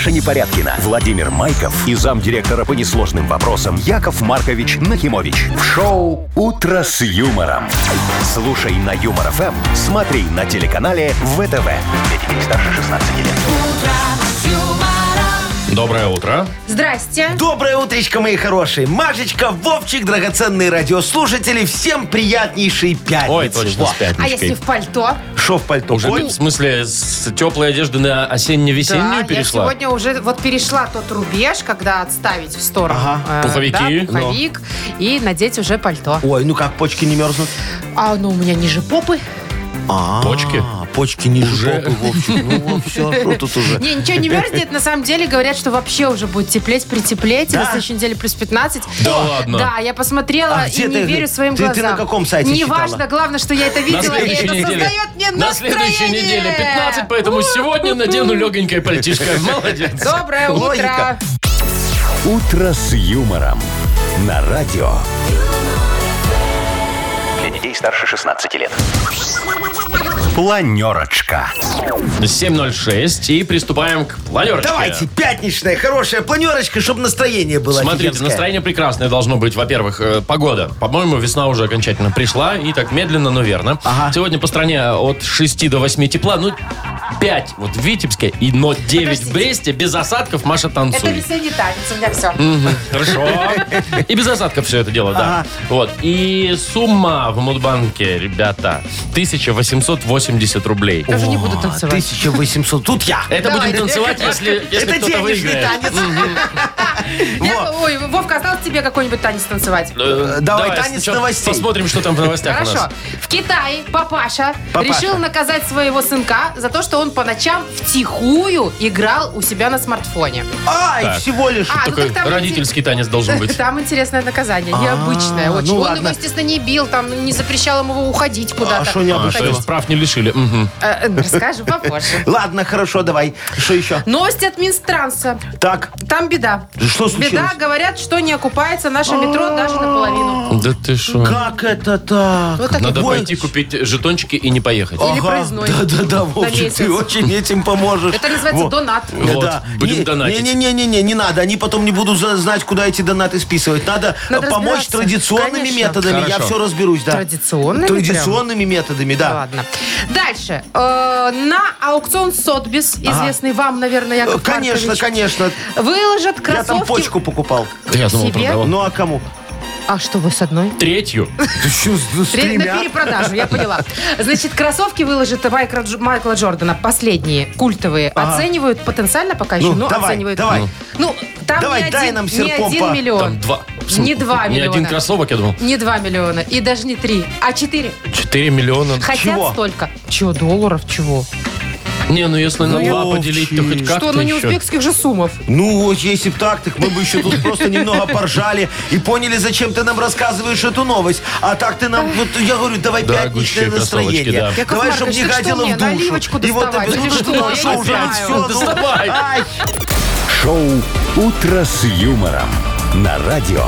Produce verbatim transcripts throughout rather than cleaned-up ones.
Маша Непорядкина, Владимир Майков и замдиректора по несложным вопросам Яков Маркович Нахимович. В шоу «Утро с юмором». Слушай на Юмор ФМ, смотри на телеканале ВТВ. Для детей старше шестнадцати лет. Доброе утро. Здрасте. Доброе утречко, мои хорошие. Машечка, Вовчик, драгоценные радиослушатели, всем приятнейшей пятницы. Ой, точно, Во. с пятничкой. А если в пальто? Шо в пальто? Уже, Ой, в смысле, с теплой одежды на осенне-весеннюю Да, перешла? я сегодня уже вот перешла тот рубеж, когда отставить в сторону Ага. э, Пуховики. да, пуховик и надеть уже пальто. Ой, ну как, почки не мерзнут? А ну у меня ниже попы. А, Почки? Почки ниже Уже? попы, Вовчик. Ну вот, все, что тут уже? Не, ничего не мерзнет. На самом деле говорят, что вообще уже будет теплеть, притеплеть. Да? На следующей неделе плюс пятнадцать. Да ладно? Да, я посмотрела А и где не ты- верю своим ты- ты глазам. на каком сайте Неважно, читала? главное, что я это На видела, и следующей это неделе. создает мне На следующей настроение. неделе пятнадцать, поэтому сегодня надену легонькое пальтишко. Молодец. Доброе Логика. утро. «Утро с юмором» на радио. Для детей старше шестнадцати лет. Планерочка. семь ноль шесть и приступаем к планерочке. Давайте, пятничная, хорошая планерочка, чтобы настроение было Смотрите, офигенское. настроение прекрасное должно быть. Во-первых, э, погода. По-моему, весна уже окончательно пришла. И так медленно, но верно. Ага. Сегодня по стране от шести до восьми тепла. Ну, пять вот в Витебске, и, но девять в Подождите. Бресте. Без осадков, Маша, Это танцуй. весенний танец, у меня все. Хорошо. И без осадков все это дело, да. Ага. Вот. И сумма в Мудбанке, ребята, тысяча восемьсот восемьдесят рублей. Тоже не буду танцевать. тысяча восемьсот. Тут я. Это Давай. будем танцевать, если, если Это кто-то денежный выиграет. танец. Я- Ой, Вовка, осталось тебе какой-нибудь танец танцевать? Э, Давай, танец сначала новостей. Посмотрим, что там в новостях у Хорошо. нас. В Китае папаша, Папаша. решил наказать своего сынка за то, что он по ночам втихую играл у себя на смартфоне. Ай, Так. всего лишь. А, ну Такой так там родительский танец должен быть. Там интересное наказание, А, необычное очень. ну Он ладно. его, естественно, не бил, там не запрещал ему уходить А куда-то. что А, необычного? то есть прав не лишили. Мгм. Э, э, Расскажу попозже. Ладно, хорошо, давай. Что еще? Новости от Минтранса. Так, Там беда. что случилось? Беда, говорят, что не окупается наше метро даже наполовину. Да ты что? Как это так? Вот так Надо Ой. пойти купить жетончики и не поехать. Или проездной. Да-да-да, На Вовчик, месяц. ты очень этим поможешь. Это называется Во. донат. Вот, Да. будем Не- донатить. Не-не-не, не надо. Они потом не будут за- знать, куда эти донаты списывать. Надо, Надо э, помочь разбираться. традиционными Конечно. методами. Я Хорошо. все разберусь, да. Традиционными Традиционными методами, да. Ладно. Дальше. Э, на аукцион Сотбис, известный вам, наверное, Э, Яков Конечно, Маркович, конечно. выложат Я кроссовки. там почку покупал. Я думал, Себе? продавал. Ну а кому? А что вы с одной? Третью. Ты что, с Три- На перепродажу, я поняла. Значит, кроссовки выложат Майкла, Дж- Майкла Джордана, последние, культовые. Ага. Оценивают потенциально пока еще, Ну, но давай, оценивают. давай. Ну, там Давай, не, дай один, нам не серпом один по- миллион. Там два. Не два Не один миллиона. кроссовок, я думал. Не два миллиона. И даже не три, а четыре. Четыре миллиона. Хотят Чего? столько. Чего, долларов, чего? Не, ну если на два Вовчик. поделить, то хоть как-то Что, ну не еще. узбекских же суммов. Ну, вот если б так, так мы бы еще тут просто немного поржали и поняли, зачем ты нам рассказываешь эту новость. А так ты нам, вот я говорю, давай Дорогущие пятничное кроссовочки, настроение. да. Яков Давай, чтобы Маркович, не так что гадило мне, в душу. наливочку И вот доставать тебе- или ну что? что, Я что не уже, знаю. все, ну. Доставай. Ай. Шоу «Утро с юмором» на радио.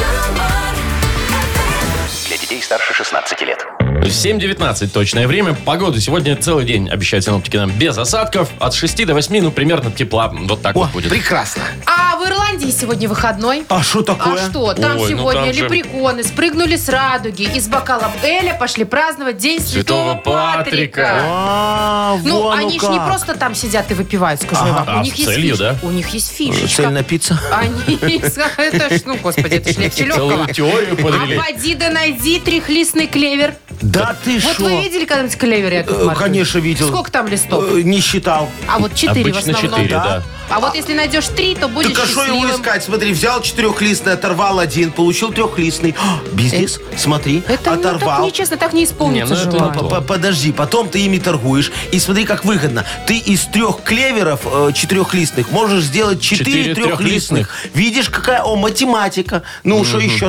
Для детей старше шестнадцати лет. семь девятнадцать точное время. Погода сегодня целый день, обещают синоптики нам, без осадков. От шести до восьми, ну, примерно тепла. Вот так О, вот будет. прекрасно. А в Ирландии сегодня выходной. А что такое? А что? Там Ой, ну сегодня там же- лепреконы спрыгнули с радуги. Из бокала Эля пошли праздновать День Святого, Святого Патрика. А, Ну, вон они ну ж не как. просто там сидят и выпивают, скажу я вам. А, У них с есть целью, фишка. да? У них есть фишечка. Цель напиться? Они, это ж, ну, господи, это ж легче Целую легкого. теорию подвели. А поди да найди трехлистный клевер. Да ты Вот шо? вы видели когда-нибудь клевер, Яков Э, Маркович? Конечно, видел. Сколько там листов? Э, Не считал. А вот четыре в Обычно основном. четыре, да. А вот если найдешь три, то будешь Так а что его счастливым. искать? Смотри, взял четырехлистный, оторвал один, получил трехлистный. О, бизнес, смотри, Это ну, так оторвал. нечестно, так не исполнится Не, ну это желание. не то. П- Подожди, потом ты ими торгуешь. И смотри, как выгодно. Ты из трех клеверов э, четырехлистных можешь сделать четыре Четыре трехлистных. Видишь, какая... О, математика. Ну, что еще там?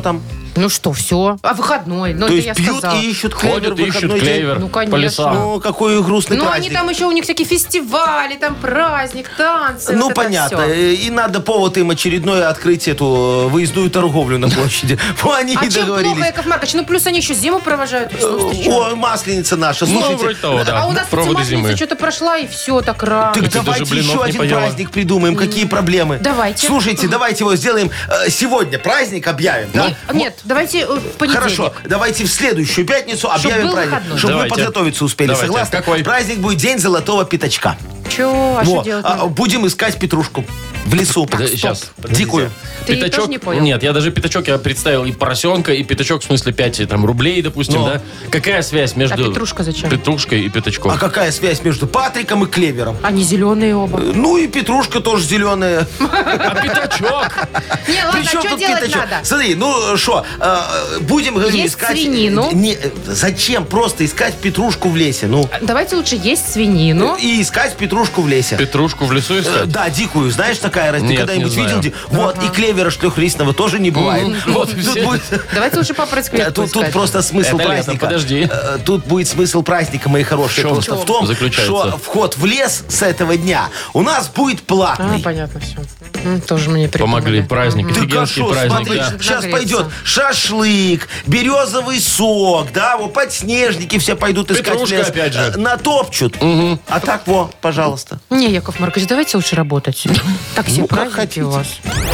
Ну что, все. А выходной? Ну, То это есть я пьют сказала. и ищут клевер Ходят, в ищут выходной день. клевер Ну, по конечно. лесам. Ну, какой грустный Ну, праздник. они там еще, у них всякие фестивали, там праздник, танцы. Ну, вот это понятно. всё. И надо повод им очередное открыть эту выездную торговлю на площади. Ну, они А и чем плохо, договорились. Яков Маркович? Ну, плюс они еще зиму провожают. весну встречают. О, масленица наша, Ну, слушайте. вроде того, да. А у нас, кстати, Проводы масленица зимы. что-то прошла, и все так рано. Так ты даже давайте блинов еще не один поела. праздник придумаем. Какие проблемы? Давайте. Слушайте, давайте его сделаем э, сегодня. Праздник объявим, да? Не- Нет, давайте э, в понедельник. Хорошо, давайте в следующую пятницу объявим был праздник. выходной. Чтобы вы Давайте. подготовиться успели. Давайте. Согласны? Какой? Праздник будет День золотого пятачка. Че, а Во, что делать? а, надо? будем искать петрушку в лесу. Сейчас. Дикую. Ты Пятачок, тоже не понял? Нет, я даже пятачок я представил и поросенка, и пятачок, в смысле, пять там, рублей, допустим, Но. да? Какая связь между А петрушка зачем? петрушкой и пятачком? А какая связь между Патриком и Клевером? Они зеленые оба. Ну и петрушка тоже зеленая. А пятачок? Не, ладно, Причем что тут делать пятачок? надо? Смотри, ну что, будем говорю, Есть искать... свинину. Не, э, зачем просто искать петрушку в лесе? Ну, Давайте лучше есть свинину. и искать петрушку в лесе. Петрушку в лесу Э, искать? Да, дикую, знаешь, такая растет. Ты Нет, когда-нибудь не знаю. видел? Ди- Вот, и клевера шлёхлистного тоже не бывает. Вот, Тут все. будет- Давайте лучше папороть Э, клетку Тут, тут искать. просто смысл Это лето, праздника. подожди. Э, Тут будет смысл праздника, мои хорошие. В чем Просто в том, заключается? что вход в лес с этого дня у нас будет А, платный. понятно, все. Тоже мне придумали. Помогли. Праздник, Мгм. Так а офигенский шо, праздник, смотри, да. сейчас Нагреться. пойдет шашлык, березовый сок, да, вот подснежники все пойдут искать Петрушка в лес. опять же. Э, Натопчут. А так, во, пожалуйста. Не, Яков Маркович, давайте лучше работать. Так все Ну, как праздники хотите. у вас.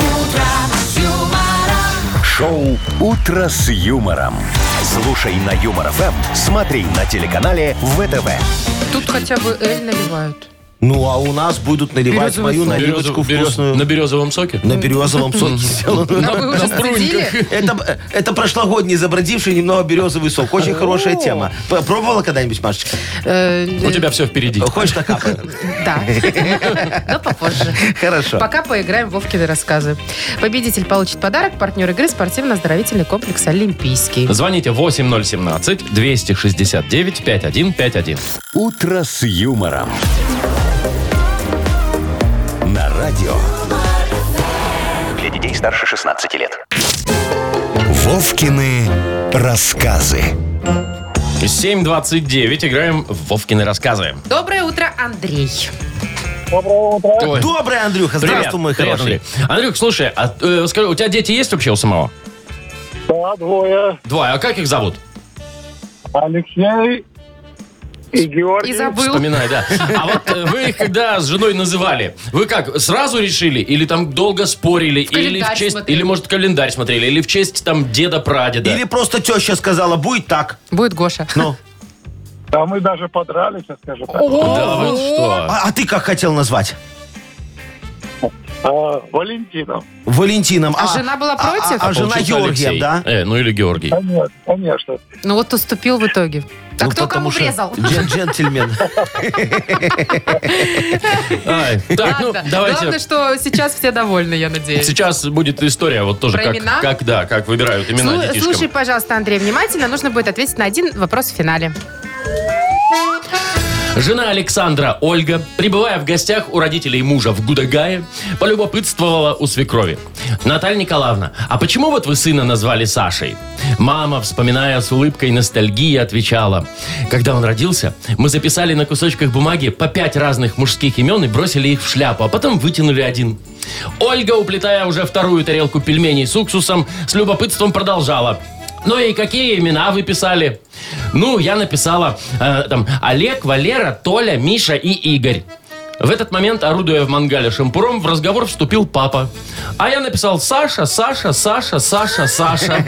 Шоу «Утро с юмором». Слушай на Юмор ФМ, смотри на телеканале ВТВ. Тут хотя бы эль наливают. Ну, а у нас будут наливать Березовый мою сок. наливочку Березов- берез- вкусную. На березовом соке? На березовом соке сделанную. А вы уже сцедили? Это, это прошлогодний забродивший немного березовый сок. Очень хорошая тема. П- Пробовала когда-нибудь, Машечка? Э, У тебя все впереди. Хочешь накапать? Да. Но попозже. Хорошо. Пока поиграем в Вовкины рассказы. Победитель получит подарок. Партнер игры спортивно-оздоровительный комплекс «Олимпийский». Звоните восемь ноль семнадцать двести шестьдесят девять пятьдесят один пятьдесят один. «Утро с юмором». На радио. Для детей старше шестнадцати лет. Вовкины рассказы. семь двадцать девять. Играем в Вовкины рассказы. Доброе утро, Андрей. Ой, Добрый, Андрюха. привет, Здравствуй, мой привет, хороший. Андрей. Андрюх, слушай, а, э, скажи, у тебя дети есть вообще у самого? Да, двое. Двое. А как их зовут? Алексей и Георгий. И забыл. Вспоминай, да. А вот э, вы их когда с женой называли, вы как, сразу решили? Или там долго спорили? Или календарь в честь, смотрели. или, может, календарь смотрели? Или в честь там деда-прадеда? Или просто теща сказала, будет так. Будет Гоша. Ну. Да мы даже подрались, я скажу так. Да вы что? А, а ты как хотел назвать? А, Валентином. Валентином. А жена была против? А, а жена Получился Георгием, Алексей. да? Э, ну или Георгий. Конечно, конечно. Ну вот уступил в итоге. А Ну, кто потому кому что врезал? джен- Джентльмен. Ай, так, ну, Ладно. давайте. Главное, что сейчас все довольны, я надеюсь. Сейчас будет история, вот тоже Про как, имена? как, да, как выбирают имена Слу- детишкам. Слушай, пожалуйста, Андрей, внимательно. Нужно будет ответить на один вопрос в финале. Жена Александра, Ольга, пребывая в гостях у родителей мужа в Гудагае, полюбопытствовала у свекрови. Наталья Николаевна, а почему вот вы сына назвали Сашей? Мама, вспоминая с улыбкой ностальгии, отвечала. Когда он родился, мы записали на кусочках бумаги по пять разных мужских имен и бросили их в шляпу, а потом вытянули один. Ольга, уплетая уже вторую тарелку пельменей с уксусом, с любопытством продолжала. Ну и какие имена вы писали? Ну, я написала э, там Олег, Валера, Толя, Миша и Игорь. В этот момент, орудуя в мангале шампуром, в разговор вступил папа. А я написал Саша, Саша, Саша, Саша, Саша.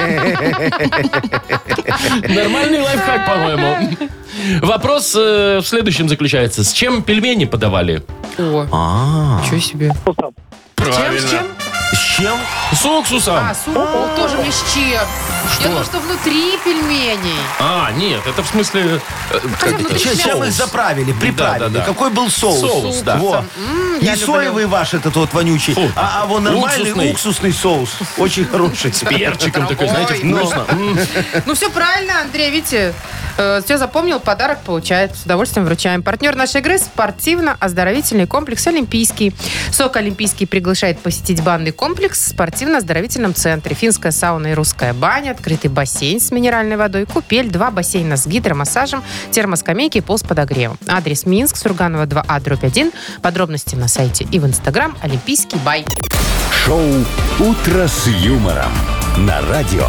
Нормальный лайфхак, по-моему. Вопрос э, в следующем заключается. С чем пельмени подавали? О, ничего себе. Правильно. С чем? С чем? С уксусом. А, суп тоже мне с чем. Я думала, что внутри пельменей. А, нет, это в смысле... э, как это? внутри Чем, чем их Соус. заправили, приправили? Да, да, да. Какой был соус? Соус, да. Во. М, Не я люблю. соевый ваш этот вот вонючий, Фу. а, а вон нормальный Уксусный. уксусный соус. Очень хороший. С перчиком такой, знаете, Ой, вкусно. М. Ну все правильно, Андрей, видите? Э, Все запомнил, подарок получает. С удовольствием вручаем. Партнер нашей игры – спортивно-оздоровительный комплекс «Олимпийский». СОК «Олимпийский» приглашает посетить банный комплекс в спортивно-оздоровительном центре. Финская сауна и русская баня, открытый бассейн с минеральной водой, купель, два бассейна с гидромассажем, термоскамейки и пол с подогревом. Адрес Минск, Сурганова два А, дробь один. Подробности на сайте и в Инстаграм «Олимпийский бай». Шоу «Утро с юмором» на радио.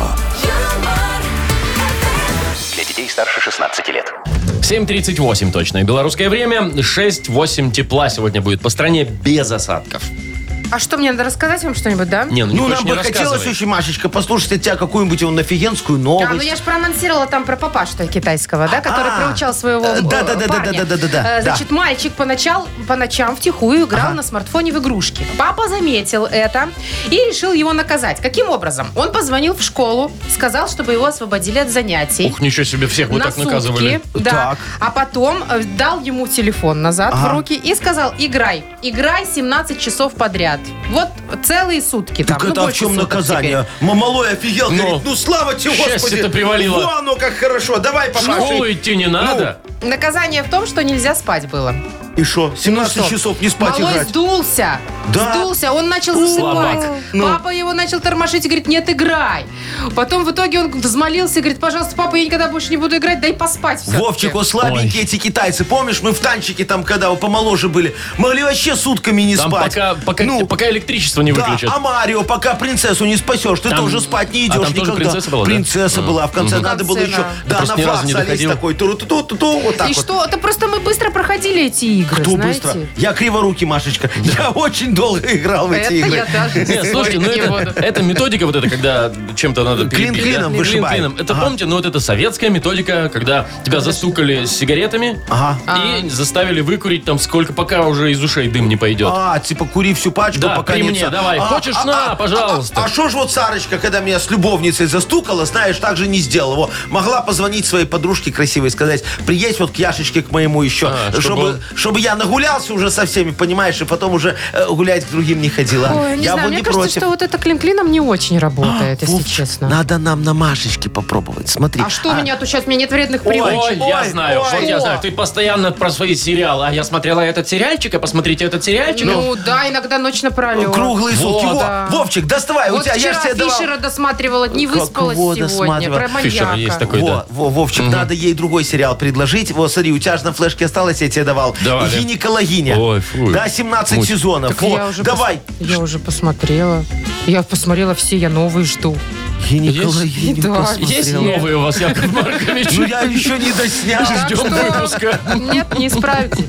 Для детей старше шестнадцати лет. семь тридцать восемь точное белорусское время. шесть восемь тепла сегодня будет по стране без осадков. А что, мне надо рассказать вам что-нибудь, да? Не, ну, не Ну, хочешь, нам не бы хотелось рассказывай. очень, Машечка, послушать от тебя какую-нибудь он офигенскую А, новость. ну я же проанонсировала там про папашу китайского, да, который А, приучал своего э, да, да, да, да, парня. да, да, да, да, Э, Значит, мальчик по, ночам, по ночам втихую играл Ага. на смартфоне в игрушки. Папа заметил это и решил его наказать. Каким образом? Он позвонил в школу, сказал, чтобы его освободили от занятий. Ух, ничего себе, всех вы на так сутки, наказывали. да. Так. А потом э, дал ему телефон назад Ага. в руки и сказал: играй, играй семнадцать часов подряд. Вот целые сутки. Так там, ну, это а в больше чем суток наказание? Мамалой офигел, Ну, говорит, ну слава тебе, Господи. счастье-то привалило. Во, ну как хорошо, давай, В папаша. школу идти не надо. теперь. Наказание в том, что нельзя спать было. И что, семнадцать Ну что? часов не спать Малой играть? сдулся. Да? Сдулся, он начал Слабак. засыпать. Ну. Папа его начал тормошить и говорит: нет, играй. Потом в итоге он взмолился и говорит: пожалуйста, папа, я никогда больше не буду играть, дай поспать все. Вовчик, вот слабенькие Ой. эти китайцы. Помнишь, мы в танчике там, когда вы помоложе были, могли вообще сутками не Там спать. пока, пока, Ну, пока электричество не да, выключат. а Марио, пока принцессу не спасешь, ты Там- тоже спать не а идешь там тоже никогда. принцесса была, да? Принцесса была. В конце Мгм. надо В было конце, еще, да. да, просто на ни разу флаг не залезть доходил. такой. Туру-ту-ту-ту, вот так И вот. что? Это просто мы быстро проходили эти игры, Кто знаете. быстро? Я криворукий, Машечка. Я очень долго играл в эти Это игры. я даже Нет, слушайте, ну спорить не это, буду. это методика вот эта, когда чем-то надо Клин перебить, клином да? вышибаем. Клин клином. Это Ага. помните, ну вот это советская методика, когда тебя застукали с сигаретами Ага. и заставили выкурить там сколько, пока уже из ушей дым не пойдет. А, типа кури всю пачку, Да, пока при не мне, ца- давай. А, Хочешь, а, на, а, пожалуйста. А что ж вот Сарочка, когда меня с любовницей застукала, знаешь, так же не сделала. Во, могла позвонить своей подружке красивой и сказать: приедь вот к Яшечке, к моему еще, А, чтобы чтобы, он- чтобы я нагулялся уже со всеми, понимаешь, и потом уже э, гулять к другим не ходила. Ой, не я знаю, вот мне не кажется, против. что вот это клин-клином не очень работает, если Вовчик, честно. надо нам на Машечке попробовать. Смотри. А что у меня тут сейчас? У меня нет вредных привычек. Ой, я ой, знаю, ой. вот я знаю. Ты постоянно про свои сериалы. А я смотрела этот сериальчик, а посмотрите этот сериальчик. Ну да, иногда ночь напролет. Круглые сутки. Вот, Во, да. Вовчик, доставай, Вот у тебя, я вчера же тебе давал. Фишера досматривала, не Как выспалась его сегодня. досматривала? Про маньяка. Фишер есть такой, Во, да. во, Вовчик, надо ей другой сериал предложить. Вот, смотри, у тебя же на флешке осталось, я тебе давал. Давали. Гинекологиня. Ой, фу. Да, семнадцать Муть. сезонов. Так Во, я уже давай. пос- Я уже посмотрела. Я посмотрела все, я новые жду. Гинекологиню Да, посмотрела. Есть новые у вас, Яков Маркович? Ну, я еще не доснял. Так Ждем что- выпуска. Нет, не исправите.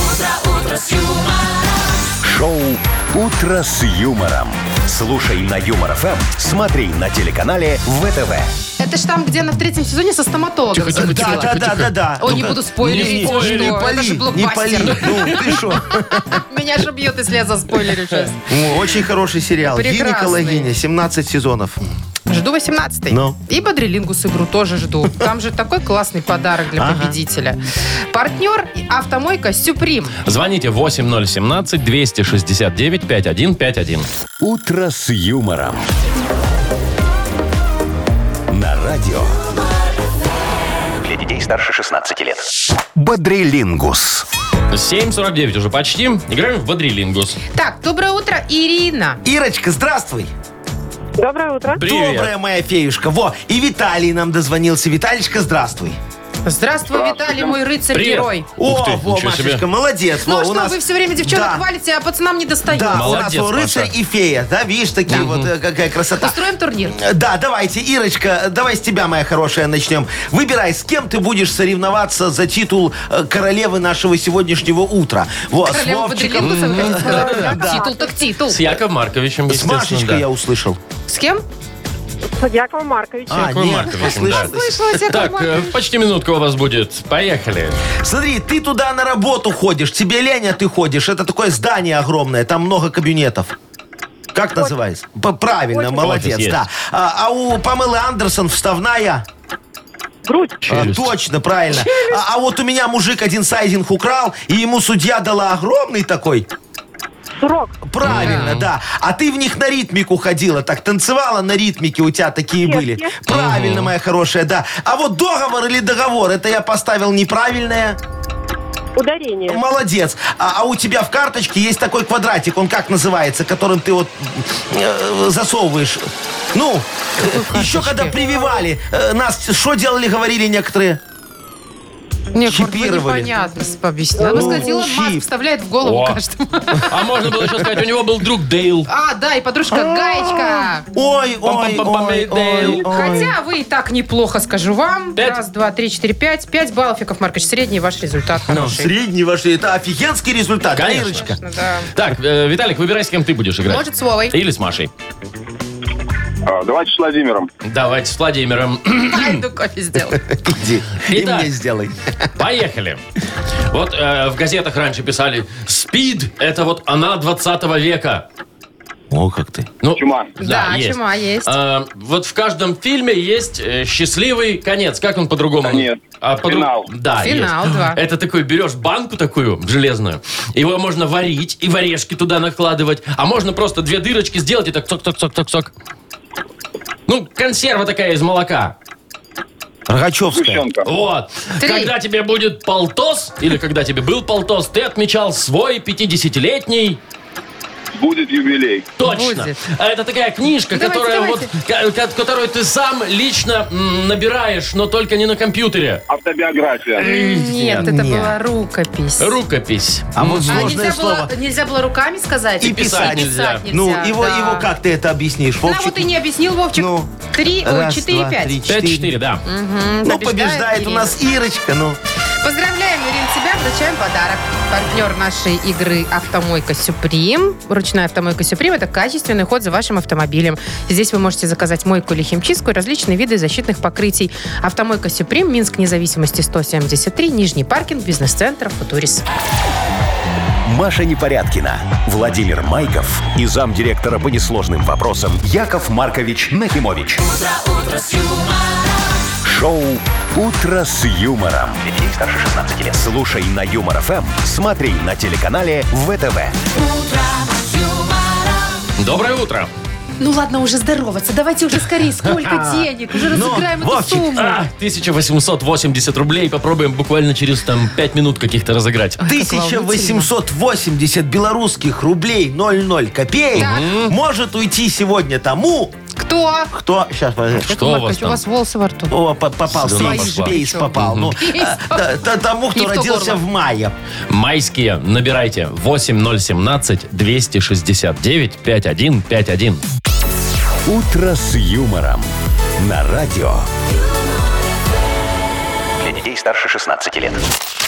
Шоу «Утро с юмором». Слушай на Юмор ФМ, смотри на телеканале ВТВ. Это ж там, где она в третьем сезоне со стоматологом. Тихо, тихо, заходила. Да, да, да, да, да. Ой, не Ну-ка. буду спойлерить. Не что? спойли, Не Это пали, же не пали. блокбастер. Ну, ты что? Меня же бьет, если я заспойлерю сейчас. Очень хороший сериал. Прекрасный. Гинекологиня, семнадцать сезонов. Жду восемнадцатый. Ну. И Бодрилингус игру тоже жду. Там же такой классный подарок для Ага. победителя. Партнер «Автомойка Сюприм». Звоните восемь ноль семнадцать двести шестьдесят девять пятьдесят один пятьдесят один. «Утро с юмором». На радио. Для детей старше шестнадцати лет. Бодрилингус. семь сорок девять уже почти. Играем в Бодрилингус. Так, доброе утро, Ирина. Ирочка, здравствуй. Доброе утро. Привет. Добрая моя феюшка. Во, и Виталий нам дозвонился. Виталичка, здравствуй. Здравствуй, Виталий, мой рыцарь-герой. Ух О, ты, во, ничего себе. Машечка, молодец. Ну Во, а у что, нас- вы все время девчонок Да. хвалите, а пацанам не достает. Да, у нас Молодец, вот рыцарь Паша. и фея, да, видишь, такие вот, э, какая красота. Устроим турнир. Э, Да, давайте, Ирочка, давай с тебя, моя хорошая, начнем. Выбирай, с кем ты будешь соревноваться за титул э, королевы нашего сегодняшнего утра. Вот, с Королева Вовчиком. Бодрилингуса, вы хотите сказать? Да. Титул так титул. С Яковом Марковичем, С естественно, Машечкой да. я услышал. С кем? С Яковом Марковичем. А, Яковом нет, Марковичем, послышал. да. Слышала, Яков Так, э, Маркович. почти минутка у вас будет. Поехали. Смотри, ты туда на работу ходишь, тебе лень, а ты ходишь. Это такое здание огромное, там много кабинетов. Как называется? П- Правильно, Офис. молодец, Офис есть. да. А, а у Памелы Андерсон вставная? Грудь. А, Челюсть. точно, правильно. А, а вот у меня мужик один сайдинг украл, и ему судья дала огромный такой. Срок. Правильно, да. А ты в них на ритмику ходила, так танцевала на ритмике, у тебя такие Нет, были. нет. Правильно, моя хорошая, да. А вот договор или договор, это я поставил неправильное. Ударение. Молодец. А, а у тебя в карточке есть такой квадратик, он как называется, которым ты вот э, засовываешь. Ну, э, еще когда прививали, э, нас что делали, говорили некоторые? Нет, Чипировали. непонятно объяснить. Надо сказать, Илон Маск чип. вставляет в голову О. каждому. А можно было еще сказать, у него был друг Дейл. А, да, и подружка Гаечка. Ой, ой, Пам-пам-пам-пам, ой, Дейл. ой, ой. Хотя вы и так неплохо, скажу вам. Пять? Раз, два, три, четыре, пять. Пять баллов, Яков Маркович. Средний ваш результат хороший. Средний ваш, это офигенский результат, да, Конечно. Ирочка? Ну да. Так, э, Виталик, выбирай, с кем ты будешь играть. Может, с Вовой. Или с Машей. А, давайте с Владимиром. Давайте с Владимиром. Пойду кофе сделаю. Иди, и Итак. мне сделай. Поехали. Вот э, в газетах раньше писали, СПИД – это вот она двадцатого века. О, как ты. Ну, Чума. Да, чума есть. А, вот в каждом фильме есть э, счастливый конец. Как он по-другому? Конец. А, подру- Финал. Да, Финал, есть. да. Это такой, берешь банку такую железную, его можно варить и в орешки туда накладывать, а можно просто две дырочки сделать и так цок-цок-цок-цок-цок. Ну, консерва такая из молока. Рогачевская. Сгущенка. Вот. Три. Когда тебе будет полтос, или когда тебе был полтос, ты отмечал свой пятидесятилетний... Будет юбилей. Точно. Будет. А это такая книжка, Давайте, которая давайте. вот, ка- ка- которую ты сам лично м, набираешь, но только не на компьютере. Автобиография. Нет, это нет. была рукопись. Рукопись. А вот А сложное нельзя слово. было, нельзя было руками сказать? И писать нельзя. Писать Ну, нельзя, его, да. его как ты это объяснишь, Да, Вовчик? вот и не объяснил, Вовчик. Ну, Три, ой, раз, четыре, два, пять. три, пять-четыре, да. Мгм, Ну, побеждает у Ирина. нас Ирочка, ну. Поздравляем, Ирина, тебя, вручаем подарок. Партнер нашей игры «Автомойка Сюприм». Ручная «Автомойка Сюприм» — это качественный уход за вашим автомобилем. Здесь вы можете заказать мойку или химчистку и различные виды защитных покрытий. «Автомойка Сюприм», Минск, независимости сто семьдесят три, Нижний паркинг, бизнес-центр «Футурис». Маша Непорядкина, Владимир Майков и замдиректора по несложным вопросам Яков Маркович Нахимович. Шоу «Утро с юмором». Для детей старше шестнадцати лет. Слушай на Юмор ФМ, смотри на телеканале ВТВ. Доброе утро. Ну ладно, уже здороваться. Давайте уже скорее. Сколько денег? Уже Ну, разыграем эту Вовчик, сумму. А, тысяча восемьсот восемьдесят рублей. Попробуем буквально через там пять минут каких-то разыграть. тысяча восемьсот восемьдесят белорусских рублей ноль ноль копеек Так. может уйти сегодня тому, Кто? кто... Сейчас, подожди. Что у вас Маркович, у там? вас волосы во рту. О, по- попал, Слюна спейс, пошла. спейс попал. Ну, Спейс а, та- та- тому, кто Не в то родился горло. в мае. Майские. Набирайте восемь ноль семнадцать двести шестьдесят девять пятьдесят один пятьдесят один. «Утро с юмором» на радио. Для детей старше шестнадцати лет.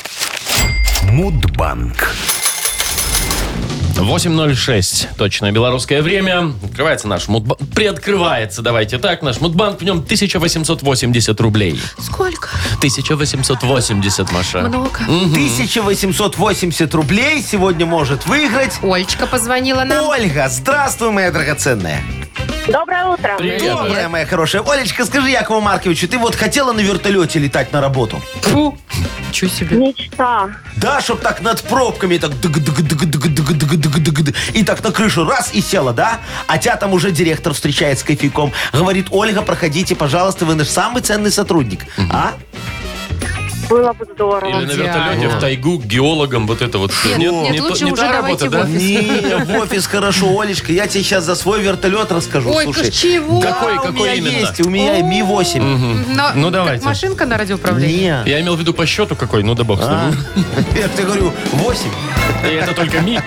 Мудбанк. восемь ноль шесть. Точное белорусское время. Открывается наш мудбанк. Приоткрывается, давайте так. Наш мудбанк, в нем тысяча восемьсот восемьдесят рублей. Сколько? тысяча восемьсот восемьдесят, Маша. Много. тысяча восемьсот восемьдесят рублей сегодня может выиграть Олечка позвонила нам. Ольга. Здравствуй, моя драгоценная. Доброе утро. Привет. Добрая моя хорошая. Олечка, скажи Якову Марковичу, ты вот хотела на вертолете летать на работу? Фу. Чё себе? Мечта. Да, чтоб так над пробками так дыг-дыг-дыг-дыг-дыг-дыг-дыг-дыг, и так на крышу раз и села, да? А тебя там уже директор встречает с кофейком. Говорит: Ольга, проходите, пожалуйста, вы наш самый ценный сотрудник. А? Было бы здорово. Или на Идеально. вертолете в тайгу к геологам вот это вот. Нет, нет, не лучше то- не уже та давайте работа, в да? офис. Не, в офис хорошо, Олечка. Я тебе сейчас за свой вертолет расскажу. Ой, Слушай. чего? Какой, А, у какой меня именно? есть, у меня Ми восемь. Но- Ну, как давайте. машинка на радиоуправлении? Не. Я имел в виду по счету какой, ну да бог с А? ним. Я тебе говорю, восемь. И это только ми.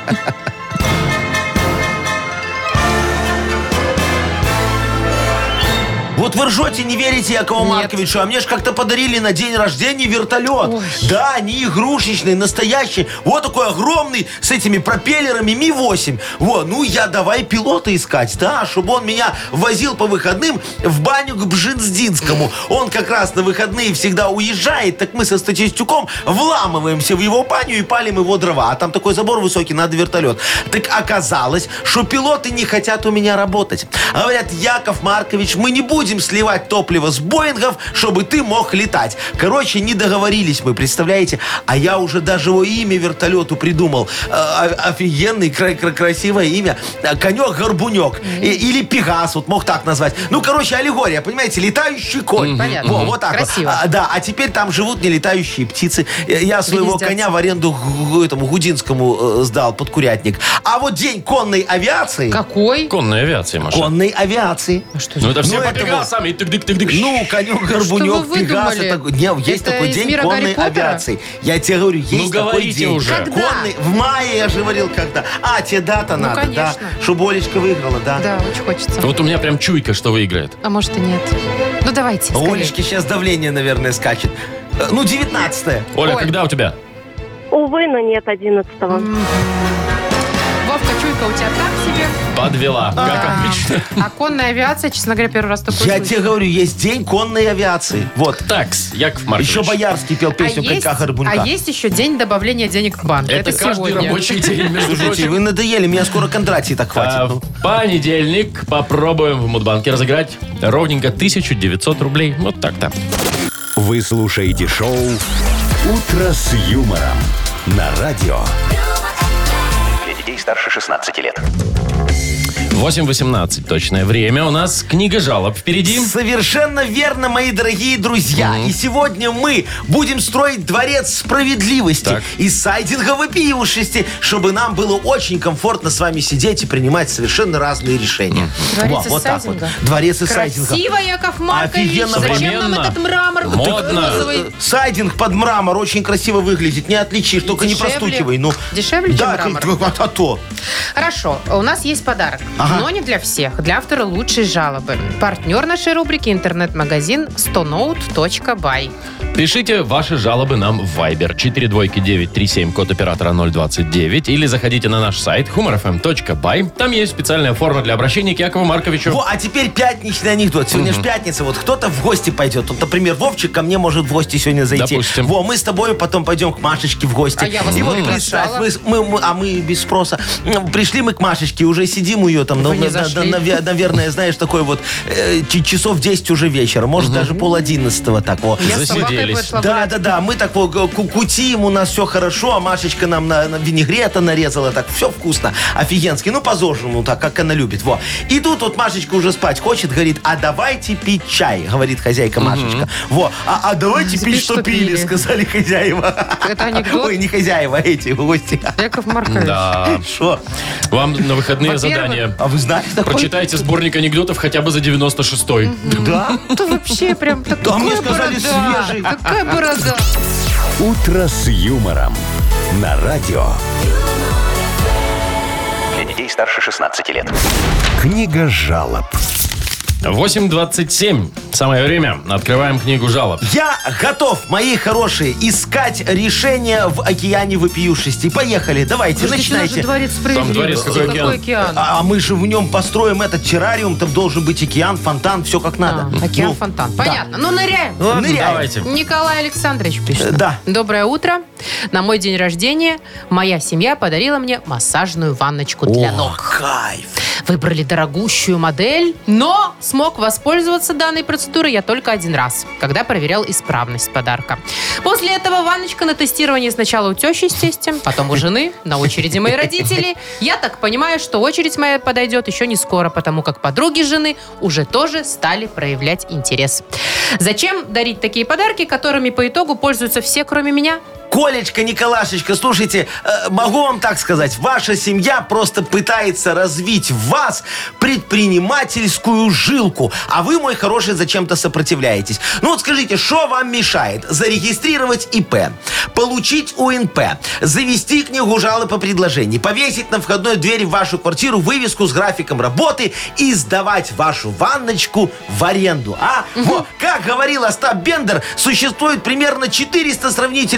Вот вы ржете, не верите Якову Нет. Марковичу, а мне ж как-то подарили на день рождения вертолет. Ой. Да, не игрушечный, настоящий. Вот такой огромный, с этими пропеллерами Ми восемь. Вот, ну я давай пилота искать, да, чтобы он меня возил по выходным в баню к Бжинздинскому. Он как раз на выходные всегда уезжает, так мы со Статистюком вламываемся в его баню и палим его дрова. А там такой забор высокий, надо вертолет. Так оказалось, что пилоты не хотят у меня работать. Говорят: Яков Маркович, мы не будем будем сливать топливо с Боингов, чтобы ты мог летать. Короче, не договорились мы, представляете? А я уже даже его имя вертолету придумал. Э, офигенный, кра- кра- красивое имя. Конек-горбунек. Mm-hmm. Или Пегас, вот мог так назвать. Ну, короче, аллегория, понимаете? Летающий конь. Понятно. Во, вот так Красиво. вот. А, да, а теперь там живут нелетающие птицы. Я своего Гнездятся. коня в аренду гу- этому Гудинскому э, сдал под курятник. А вот день конной авиации... Какой? Конная авиация, Маша. Конной авиации. А что Ну, за... это все Ну, по это Пегасам. И тык-дык-тык-дык. Ну, конек-горбунек, вы Пегас. выдумали? Это... Не, есть Это такой из день мира конной Гарри Поттера? авиации. Я тебе говорю, есть Ну, такой говорите день. уже. Когда? Конный... В мае, я же говорил, когда. А, тебе дата Ну, надо, конечно. да? Чтобы Олечка выиграла, да? Да, очень хочется. Вот у меня прям чуйка, что выиграет. А может и нет. Ну, давайте, А у скорее. Олечки сейчас давление, наверное, скачет. Э, Ну, девятнадцатое. Оля, Оль. когда у тебя? Увы, но нет одиннадцатого. Вовка, чуйка у тебя так себе. Подвела, как Да. обычно. А конная авиация, честно говоря, первый раз такой Я слышу. тебе говорю, есть день конной авиации. Вот. Такс, Яков Маркович. Еще Боярский пел А песню есть, «Конька-горбунька». а есть еще день добавления денег в банк. Это, Это, каждый сегодня. рабочий день, между Слушайте, прочим. вы надоели, меня скоро Кондратий так А хватит. Ну. в понедельник попробуем в Мудбанке разыграть ровненько тысячу девятьсот рублей. Вот так-то. Вы слушаете шоу «Утро с юмором» на радио. Для детей старше шестнадцати лет. восемь восемнадцать точное время. У нас книга жалоб впереди. Совершенно верно, мои дорогие друзья. И сегодня мы будем строить дворец справедливости Так. из сайдинга вопиюшести, чтобы нам было очень комфортно с вами сидеть и принимать совершенно разные решения. Дворец Во, из вот так вот. сайдинга? Дворец из сайдинга. Красиво, Яков Маркович. Офигенно. Зачем нам Современно. этот мрамор? Модно. Розовый? Сайдинг под мрамор очень красиво выглядит. Не отличишь, только не Дешевле? простукивай. Ну, Дешевле, чем да, мрамор? как- а то. Хорошо, у нас есть подарок. Ага. Но не для всех. Для автора лучшей жалобы. Партнер нашей рубрики интернет-магазин сто ноут точка бай. Пишите ваши жалобы нам в Viber четыре двойки девять три семь, код оператора ноль двадцать девять, или заходите на наш сайт humor эф эм точка бай. Там есть специальная форма для обращения к Якову Марковичу. Во, а теперь пятничный анекдот. Сегодня же пятница. Вот кто-то в гости пойдет. Вот, например, Вовчик ко мне может в гости сегодня зайти. Допустим. Во, мы с тобой потом пойдем к Машечке в гости. А я вас И не вот приглашала. представь, мы, мы- мы- а мы без спроса. М, Пришли мы к Машечке, уже сидим у ее там, Вы ну, не на- на- зашли. наве- наверное, знаешь, такой вот э, ч- часов десять уже вечера. Может, даже пол одиннадцатого так вот. Я с собакой Засиделись. пошла Да, гулять. да, да, мы так вот ку- кутим, у нас все хорошо, а Машечка нам на, на винегрета нарезала, так все вкусно, офигенски, ну по-зожному, так, как она любит, во. И тут вот Машечка уже спать хочет, говорит, а давайте пить чай, говорит хозяйка Машечка. Во, а, а давайте Спит, пить, что что пили, пили. сказали хозяева. Это анекдот? Ой, не хозяева, а эти гости. Яков Маркович. Да. Что? Вам на выходные Во-первых, задания. А вы знаете такое? Прочитайте сборник анекдотов хотя бы за девяносто шестой. Да? Это вообще прям такая Да, мне сказали, борода. свежий. Такая борода. «Утро с юмором» на радио. Для детей старше шестнадцати лет. Книга жалоб. восемь двадцать семь. Самое время. Открываем книгу жалоб. Я готов, мои хорошие, искать решение в океане вопиюшести. Поехали, давайте, Слушайте, у нас же начинайте. дворец справедливости. дворец какой Какой океан? океан? А, а мы же в нем построим этот террариум, там должен быть океан, фонтан, все как надо. А, океан, Ну, фонтан. да. Понятно. Ну, ныряем. Ну, ныряем. Давайте. Николай Александрович пишет. Э, да. Доброе утро. На мой день рождения моя семья подарила мне массажную ванночку для О, ног. кайф. Выбрали дорогущую модель, но смог воспользоваться данной процедурой я только один раз, когда проверял исправность подарка. После этого ванночка на тестирование сначала у тещи с тестем, потом у жены, на очереди мои родители. Я так понимаю, что очередь моя подойдет еще не скоро, потому как подруги жены уже тоже стали проявлять интерес. Зачем дарить такие подарки, которыми по итогу пользуются все, кроме меня? Колечка, Николашечка, слушайте, э, могу вам так сказать, ваша семья просто пытается развить в вас предпринимательскую жилку, а вы, мой хороший, зачем-то сопротивляетесь. Ну вот скажите, что вам мешает? Зарегистрировать ИП, получить УНП, завести книгу жалоб по предложений, повесить на входной двери в вашу квартиру вывеску с графиком работы и сдавать вашу ванночку в аренду, а? Вот, как говорил Остап Бендер, существует примерно четыреста сравнительно честных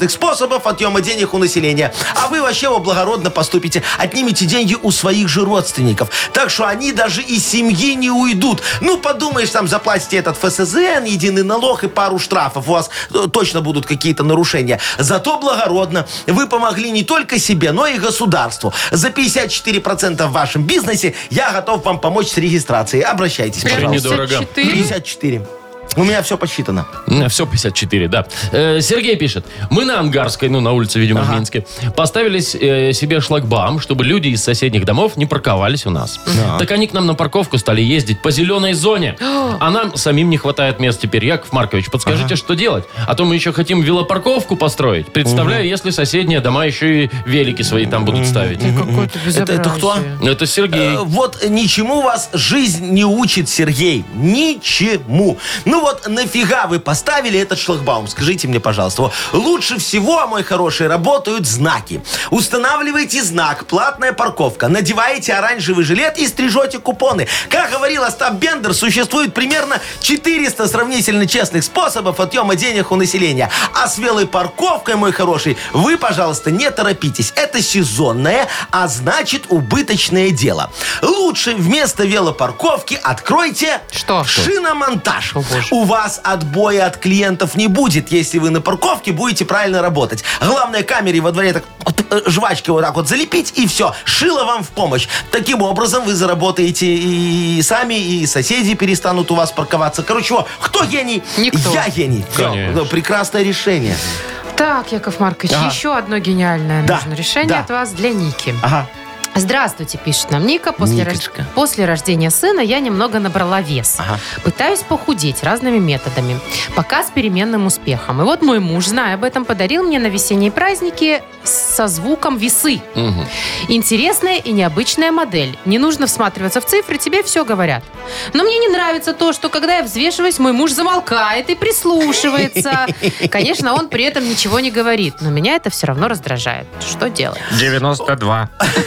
честных способов отъема денег у населения. А вы вообще вот благородно поступите. Отнимите деньги у своих же родственников. Так что они даже из семьи не уйдут. Ну, подумаешь, там заплатите этот эф эс зэ эн, единый налог и пару штрафов. У вас э, точно будут какие-то нарушения. Зато благородно. Вы помогли не только себе, но и государству. За пятьдесят четыре процента в вашем бизнесе я готов вам помочь с регистрацией. Обращайтесь, Прям пожалуйста. недорого. пятьдесят четыре. У меня все посчитано. Все пятьдесят четыре, да. Э, Сергей пишет. Мы на Ангарской, ну, на улице, видимо, в Минске, поставили с- э, себе шлагбаум, чтобы люди из соседних домов не парковались у нас. Так они к нам на парковку стали ездить по зеленой зоне. А нам самим не хватает мест теперь. Яков Маркович, подскажите, что делать? А то мы еще хотим велопарковку построить. Представляю, если соседние дома еще и велики свои там будут ставить. Какое-то безобразие. это кто? Это Сергей. Э, Вот ничему вас жизнь не учит, Сергей. Ничему. Ну вот нафига вы поставили этот шлагбаум? Скажите мне, пожалуйста. Вот лучше всего, мой хороший, работают знаки. Устанавливаете знак «Платная парковка», надеваете оранжевый жилет и стрижете купоны. Как говорил Остап Бендер, существует примерно четыреста сравнительно честных способов отъема денег у населения. А с велопарковкой, мой хороший, вы, пожалуйста, не торопитесь. Это сезонное, а значит убыточное дело. Лучше вместо велопарковки откройте Что? шиномонтаж. О, боже. У вас отбоя от клиентов не будет, если вы на парковке будете правильно работать. Главное, камере во дворе так э, жвачкой вот так вот залепить, и все. Шило вам в помощь. Таким образом вы заработаете и сами, и соседи перестанут у вас парковаться. Короче, во, кто гений? Никто. Я гений. Всё, Конечно. да, прекрасное решение. Так, Яков Маркович, Ага. еще одно гениальное Да, нужно решение да. от вас для Ники. Ага. Здравствуйте, пишет нам Ника. После, рож- Никочка. после рождения сына я немного набрала вес. Ага. Пытаюсь похудеть разными методами. Пока с переменным успехом. И вот мой муж, зная об этом, подарил мне на весенние праздники со звуком весы. Мгм. Интересная и необычная модель. Не нужно всматриваться в цифры, тебе все говорят. Но мне не нравится то, что когда я взвешиваюсь, мой муж замолкает и прислушивается. Конечно, он при этом ничего не говорит, но меня это все равно раздражает. Что делать? девяносто два.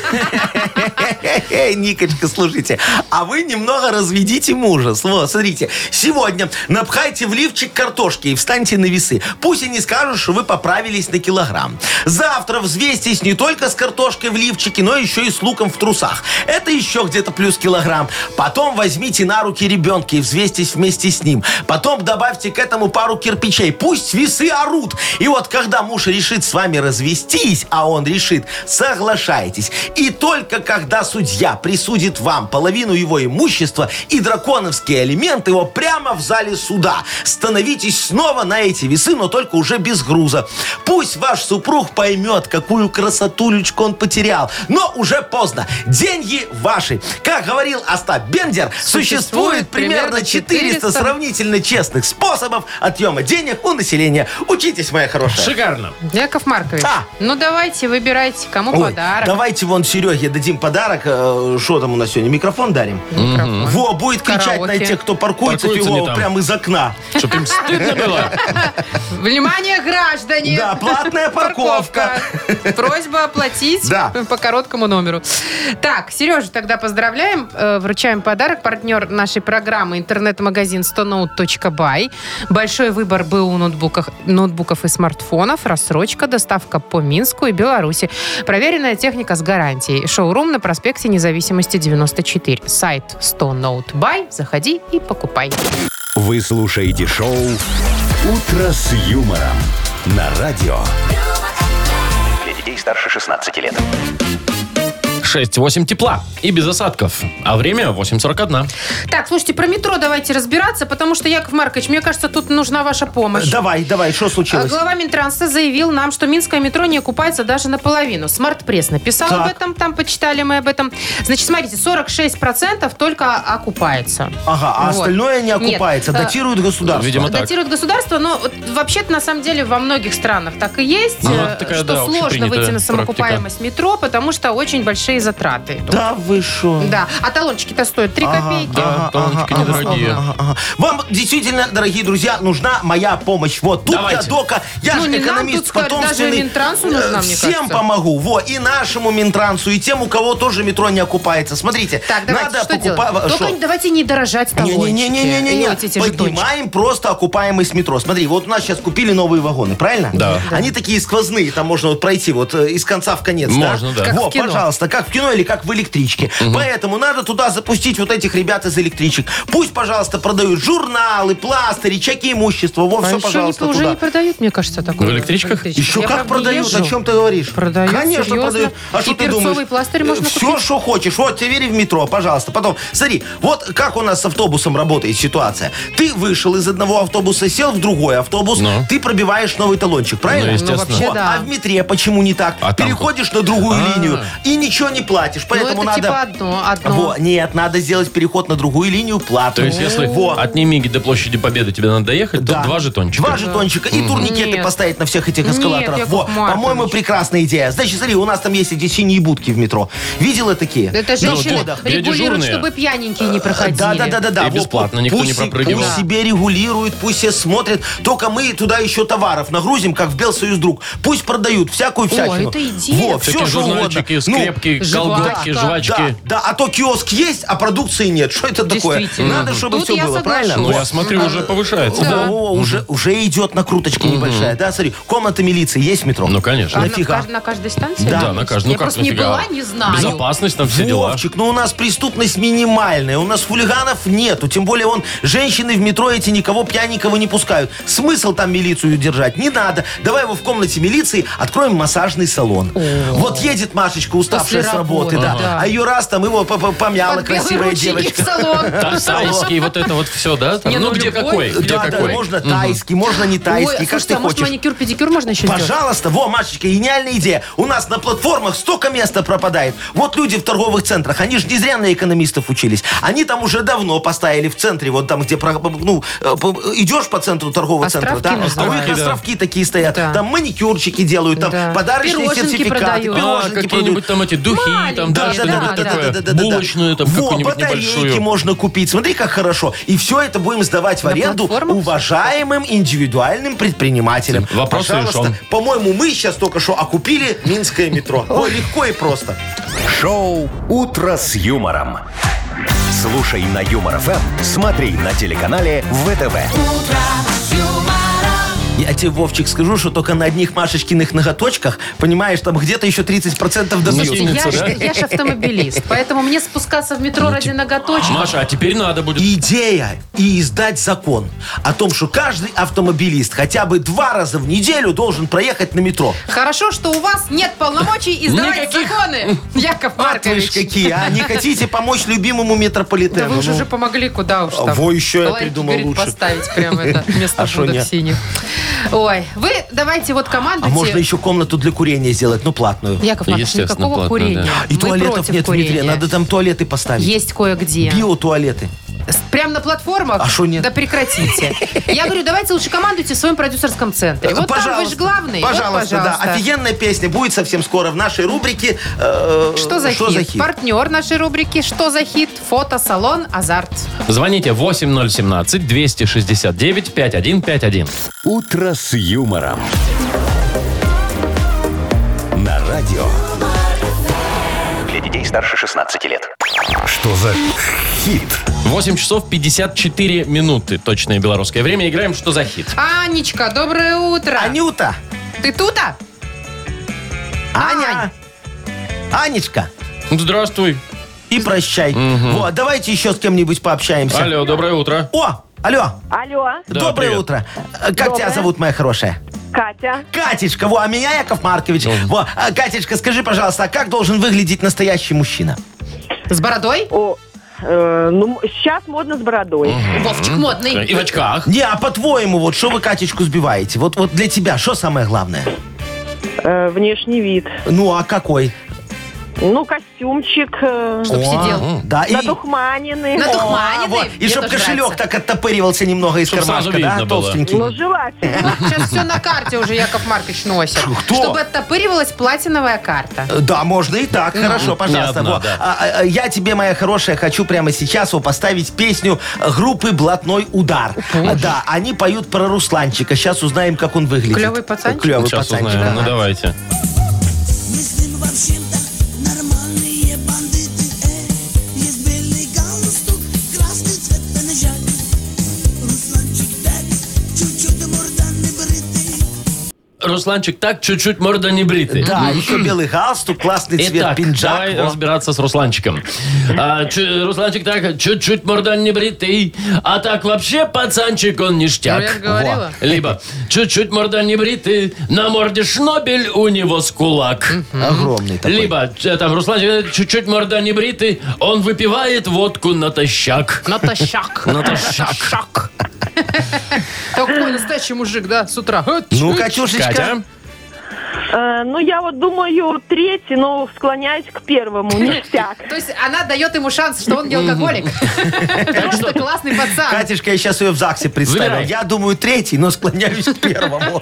Эй, Никочка, слушайте, а вы немного разведите мужа. Вот, смотрите, сегодня напхайте в лифчик картошки и встаньте на весы. Пусть они скажут, что вы поправились на килограмм. Завтра взвесьтесь не только с картошкой в лифчике, но еще и с луком в трусах. Это еще где-то плюс килограмм. Потом возьмите на руки ребенка и взвесьтесь вместе с ним. Потом добавьте к этому пару кирпичей. Пусть весы орут. И вот когда муж решит с вами развестись, а он решит, соглашайтесь. И только когда судья присудит вам половину его имущества и драконовские алименты его прямо в зале суда, становитесь снова на эти весы, но только уже без груза. Пусть ваш супруг поймет, какую красотулечку он потерял. Но уже поздно. Деньги ваши. Как говорил Остап Бендер, существует примерно четыреста сравнительно честных способов отъема денег у населения. Учитесь, моя хорошая. Шикарно. Яков Маркович, А. ну давайте, выбирайте, кому Ой, подарок. давайте вон Сереге дадим подарок. Э, Что там у нас сегодня? Микрофон дарим? Микрофон. Во, будет кричать Караоке. на тех, кто паркуется, Паркуется не фигово, там. прямо из окна. Чтоб им стыдно было. Внимание, граждане! Да, платная парковка. Просьба оплатить Да. по короткому номеру. Так, Сережу тогда поздравляем. Э, Вручаем подарок. Партнер нашей программы интернет-магазин сто ноут точка бай. Большой выбор БУ ноутбуков, ноутбуков и смартфонов. Рассрочка, доставка по Минску и Беларуси. Проверенная техника с гарантией. Шоурум на проспекте Независимости девяносто четыре. Сайт сто ноут точка бай. Заходи и покупай. Вы слушаете шоу «Утро с юмором» на радио. Для детей старше шестнадцати лет. шесть восемь тепла и без осадков. А время восемь сорок один. Так, слушайте, про метро давайте разбираться, потому что, Яков Маркович, мне кажется, тут нужна ваша помощь. Давай, давай, что А случилось? Глава Минтранса заявил нам, что Минское метро не окупается даже наполовину. Смарт-пресс написал Так. об этом, там почитали мы об этом. Значит, смотрите, сорок шесть процентов только окупается. Ага, а Вот. остальное не Нет, окупается. э, Датирует государство. Видимо, так. Датирует государство, но вот вообще-то на самом деле во многих странах так и есть, Ну, э, такая, что да, сложно общепринятая выйти на самоокупаемость метро, потому что очень большие затраты. Да вы шо? Да. А талончики-то стоят три Ага, копейки. Да, Ага, талончики ага, недорогие. ага, ага. Вам действительно, дорогие друзья, нужна моя помощь. Вот тут Давайте. я, Дока, я Ну, же не нам экономист тут сказать, потомственный. даже Минтрансу нужна, э, мне Всем кажется. помогу. Во, и нашему Минтрансу, и тем, у кого тоже метро не окупается. Смотрите, Так, давайте, надо что делать? покупать... Только давайте не дорожать талончики. Не-не-не-не-не-не. И вот эти жетончики. Поднимаем просто окупаемость метро. Смотри, вот у нас сейчас купили новые вагоны, правильно? Да. Они такие сквозные, там можно вот пройти вот э, из конца в конец. Можно, да. Как Во, в кино. пожалуйста, как в кино или как в электричке. Поэтому надо туда запустить вот этих ребят из электричек. Пусть, пожалуйста, продают журналы, пластыри, чеки имущества. Во, А все, еще пожалуйста, не, уже туда. не продают, мне кажется, такое. В электричках? Еще Я, как правда, не продают? езжу. О чем ты говоришь? Продают, Конечно, серьезно. продают. А И что ты перцовый думаешь? пластырь можно Все, купить. что хочешь. Вот, тебе в метро, пожалуйста. Потом, смотри, вот как у нас с автобусом работает ситуация. Ты вышел из одного автобуса, сел в другой автобус, Ну. ты пробиваешь новый талончик, правильно? Ну, естественно. Ну, вообще, Вот. да. А в метре почему не так? А там Переходишь на другую А. линию и ничего не платишь. Ну, Поэтому это надо... типа одно, одно. Во, нет, надо сделать переход на другую линию платную. То есть, если Во. от Немиги до площади Победы тебе надо доехать, Да. то два жетончика. Два жетончика и турникеты Нет. поставить на всех этих эскалаторах. Нет, Во, Яков Маркович. по-моему, прекрасная идея. Значит, смотри, у нас там есть эти синие будки в метро. Видела такие? Это На женщины входах. регулируют, дежурные. чтобы пьяненькие не проходили. Да, да, да, да, да. И бесплатно, никто пусть не се- пропрыгивал. Пусть Да. себе регулируют, пусть все смотрят. Только мы туда еще товаров нагрузим, как в Белсоюз друг. Пусть продают всякую всячину. это идея. Во, Всякие все, что угодно. журнальчики, Ну, скрепки, жвачка. колготки, Да, жвачки. Да, да, а то киоск есть, а продукции нет. Что это такое? Действительно. Надо, чтобы Тут все я было, соглашусь. правильно? Ну, Во. я смотрю, уже повышается. Да. Во, во, во, уже, уже идет накруточка небольшая, да, смотри. Комната милиции есть в метро? Ну, А конечно. на, Нафига? кажд- на каждой станции? Да. Да, на каждом. Ну, Я как просто не нафига? была, не знаю. Безопасность, там все дела. Вовчик, ну у нас преступность минимальная, у нас хулиганов нету, тем более он, женщины в метро эти никого пьяненького не пускают. Смысл там милицию держать? Не надо. Давай его в комнате милиции откроем массажный салон. Вот едет Машечка, уставшая После с работы, работы, да. да. А ее раз там его по- по- помяла Под белые красивая рученьки в девочка. салон. Там тайский, вот это вот все, да? Там, Не, ну, ну, где любой. какой? Где Да, да, какой? можно тайский, можно не тайский, Ой, как слушайте, ты а может хочешь. маникюр-педикюр можно еще сделать? Пожалуйста, во, Машечка, гениальная идея. У нас на платформах столько места пропадает. Вот люди в торговых центрах, они же не зря на экономистов учились. Они там уже давно поставили в центре, вот там, где, про- ну, э, по- идешь по центру торгового Островки центра, да, а у называют. них островки такие стоят. Да. Там маникюрчики делают, там Да. подарочные Пироженки сертификаты, продают. А, пироженки продают. какие-нибудь там эти духи, там, да, Да, что-нибудь да, да, такое. да, да, да. Булочную, там, Во, какую-нибудь батарейки небольшую. можно купить. Смотри, как хорошо. И все это будем сдавать в На аренду платформах? уважаемым индивидуальным предпринимателям. Вопрос Пожалуйста. решен. По-моему, мы сейчас только что окупили Минское метро. Ой, легко и просто. Шоу «Утро с юмором». Слушай на Юмор ФМ, смотри на телеканале ВТВ. Я тебе, Вовчик, скажу, что только на одних Машечкиных ноготочках, понимаешь, там где-то еще тридцать процентов добьют. Слушайте, Я, да? ж- я ж автомобилист, поэтому мне спускаться в метро ради ноготочков. Маша, а теперь надо будет. Идея и издать закон о том, что каждый автомобилист хотя бы два раза в неделю должен проехать на метро. Хорошо, что у вас нет полномочий издавать Никаких. законы, Яков Вот вы ж Маркович. какие, а? Не хотите помочь любимому Да метрополитену? вы уже, Ну. уже помогли, куда уж там. Во, еще я Лайки, придумал говорит, лучше. поставить прямо это вместо А шо будок нет? синих. Ой, вы давайте вот А командуйте. можно еще комнату для курения сделать, ну, платную. Яков Маркович, Естественно, никакого платно, курения. да. И Мы туалетов против нет в метре, курения. надо там туалеты поставить. Есть кое-где. Биотуалеты. С- Прям на платформах? А шо нет? Да прекратите. Я говорю, давайте лучше командуйте в своем продюсерском центре. Вот там вы же главный. Вот, Пожалуйста, да. Офигенная песня будет совсем скоро в нашей рубрике. э, Что за хит? Партнер нашей рубрики «Что за хит?» Фотосалон «Азарт». Звоните восемь ноль семнадцать двести шестьдесят девять пятьдесят один пятьдесят один. «Утро с юмором». На радио. Для детей старше шестнадцати лет. Что за хит? восемь часов пятьдесят четыре минуты. Точное белорусское время. Играем «Что за хит?». Анечка, доброе утро. Анюта! Ты тут-то? Аня! Анечка! Здравствуй. И прощай. Вот, давайте еще с кем-нибудь пообщаемся. Алло, доброе утро. О, алло. Алло, Да, Доброе привет. утро. Э, Как тебя Доброе. зовут, моя хорошая? Катя. Катечка, во, а меня Яков Маркович. Мгм. Во, а, Катечка, скажи, пожалуйста, а как должен выглядеть настоящий мужчина? С бородой? О, э, ну, сейчас модно с бородой. Вовчик модный. И в очках. Не, а по-твоему, вот что вы Катечку сбиваете? Вот, вот для тебя что самое главное? Э, внешний вид. Ну, а какой? Ну, костюмчик. э, Чтоб О, сидел. Да, и... Надухманенный. Надух- Духманенный? О, вот. И Мне чтоб тоже кошелек нравится. так оттопыривался немного из Чтоб сразу кармашка, да, видно было. толстенький. Ну, желательно. Сейчас все на карте уже Яков Маркович носит. Кто? Чтобы оттопыривалась платиновая карта. Да, можно и так, хорошо, пожалуйста. одна, Во. да. А, а, я тебе, моя хорошая, хочу прямо сейчас вот поставить песню группы «Блатной удар». А, Да, они поют про Русланчика. Сейчас узнаем, как он выглядит. Клевый пацанчик? Клевый Сейчас пацанчик. узнаем. Ну, ага. давайте. Если мы вообще-то нормальные бандиты, э, есть белый галстук, красный цвет пенежак. Русланчик так, чуть-чуть морда не бритый. Русланчик так, чуть-чуть морда не бритый. Да, еще белый галстук, классный цвет Итак, пинджак. давай Во. разбираться с Русланчиком. А, чу- Русланчик так, чуть-чуть морда не бритый, а так вообще пацанчик он Ну, ништяк. я же говорила. Во. Либо чуть-чуть морда не бритый, на морде шнобель, у него с кулак. Огромный такой. Либо э, там Русланчик чуть-чуть морда не бритый, он выпивает водку натощак. Натощак. Натощак. Такой настоящий мужик, да, с утра. Ну, Катюшечка. Катя? Э, Ну, я вот думаю, третий, но склоняюсь к первому. Ништяк. То есть она дает ему шанс, что он не алкоголик. Просто классный пацан. Катюшка, я сейчас ее в ЗАГСе представил. Выбирай. Я думаю, третий, но склоняюсь к первому.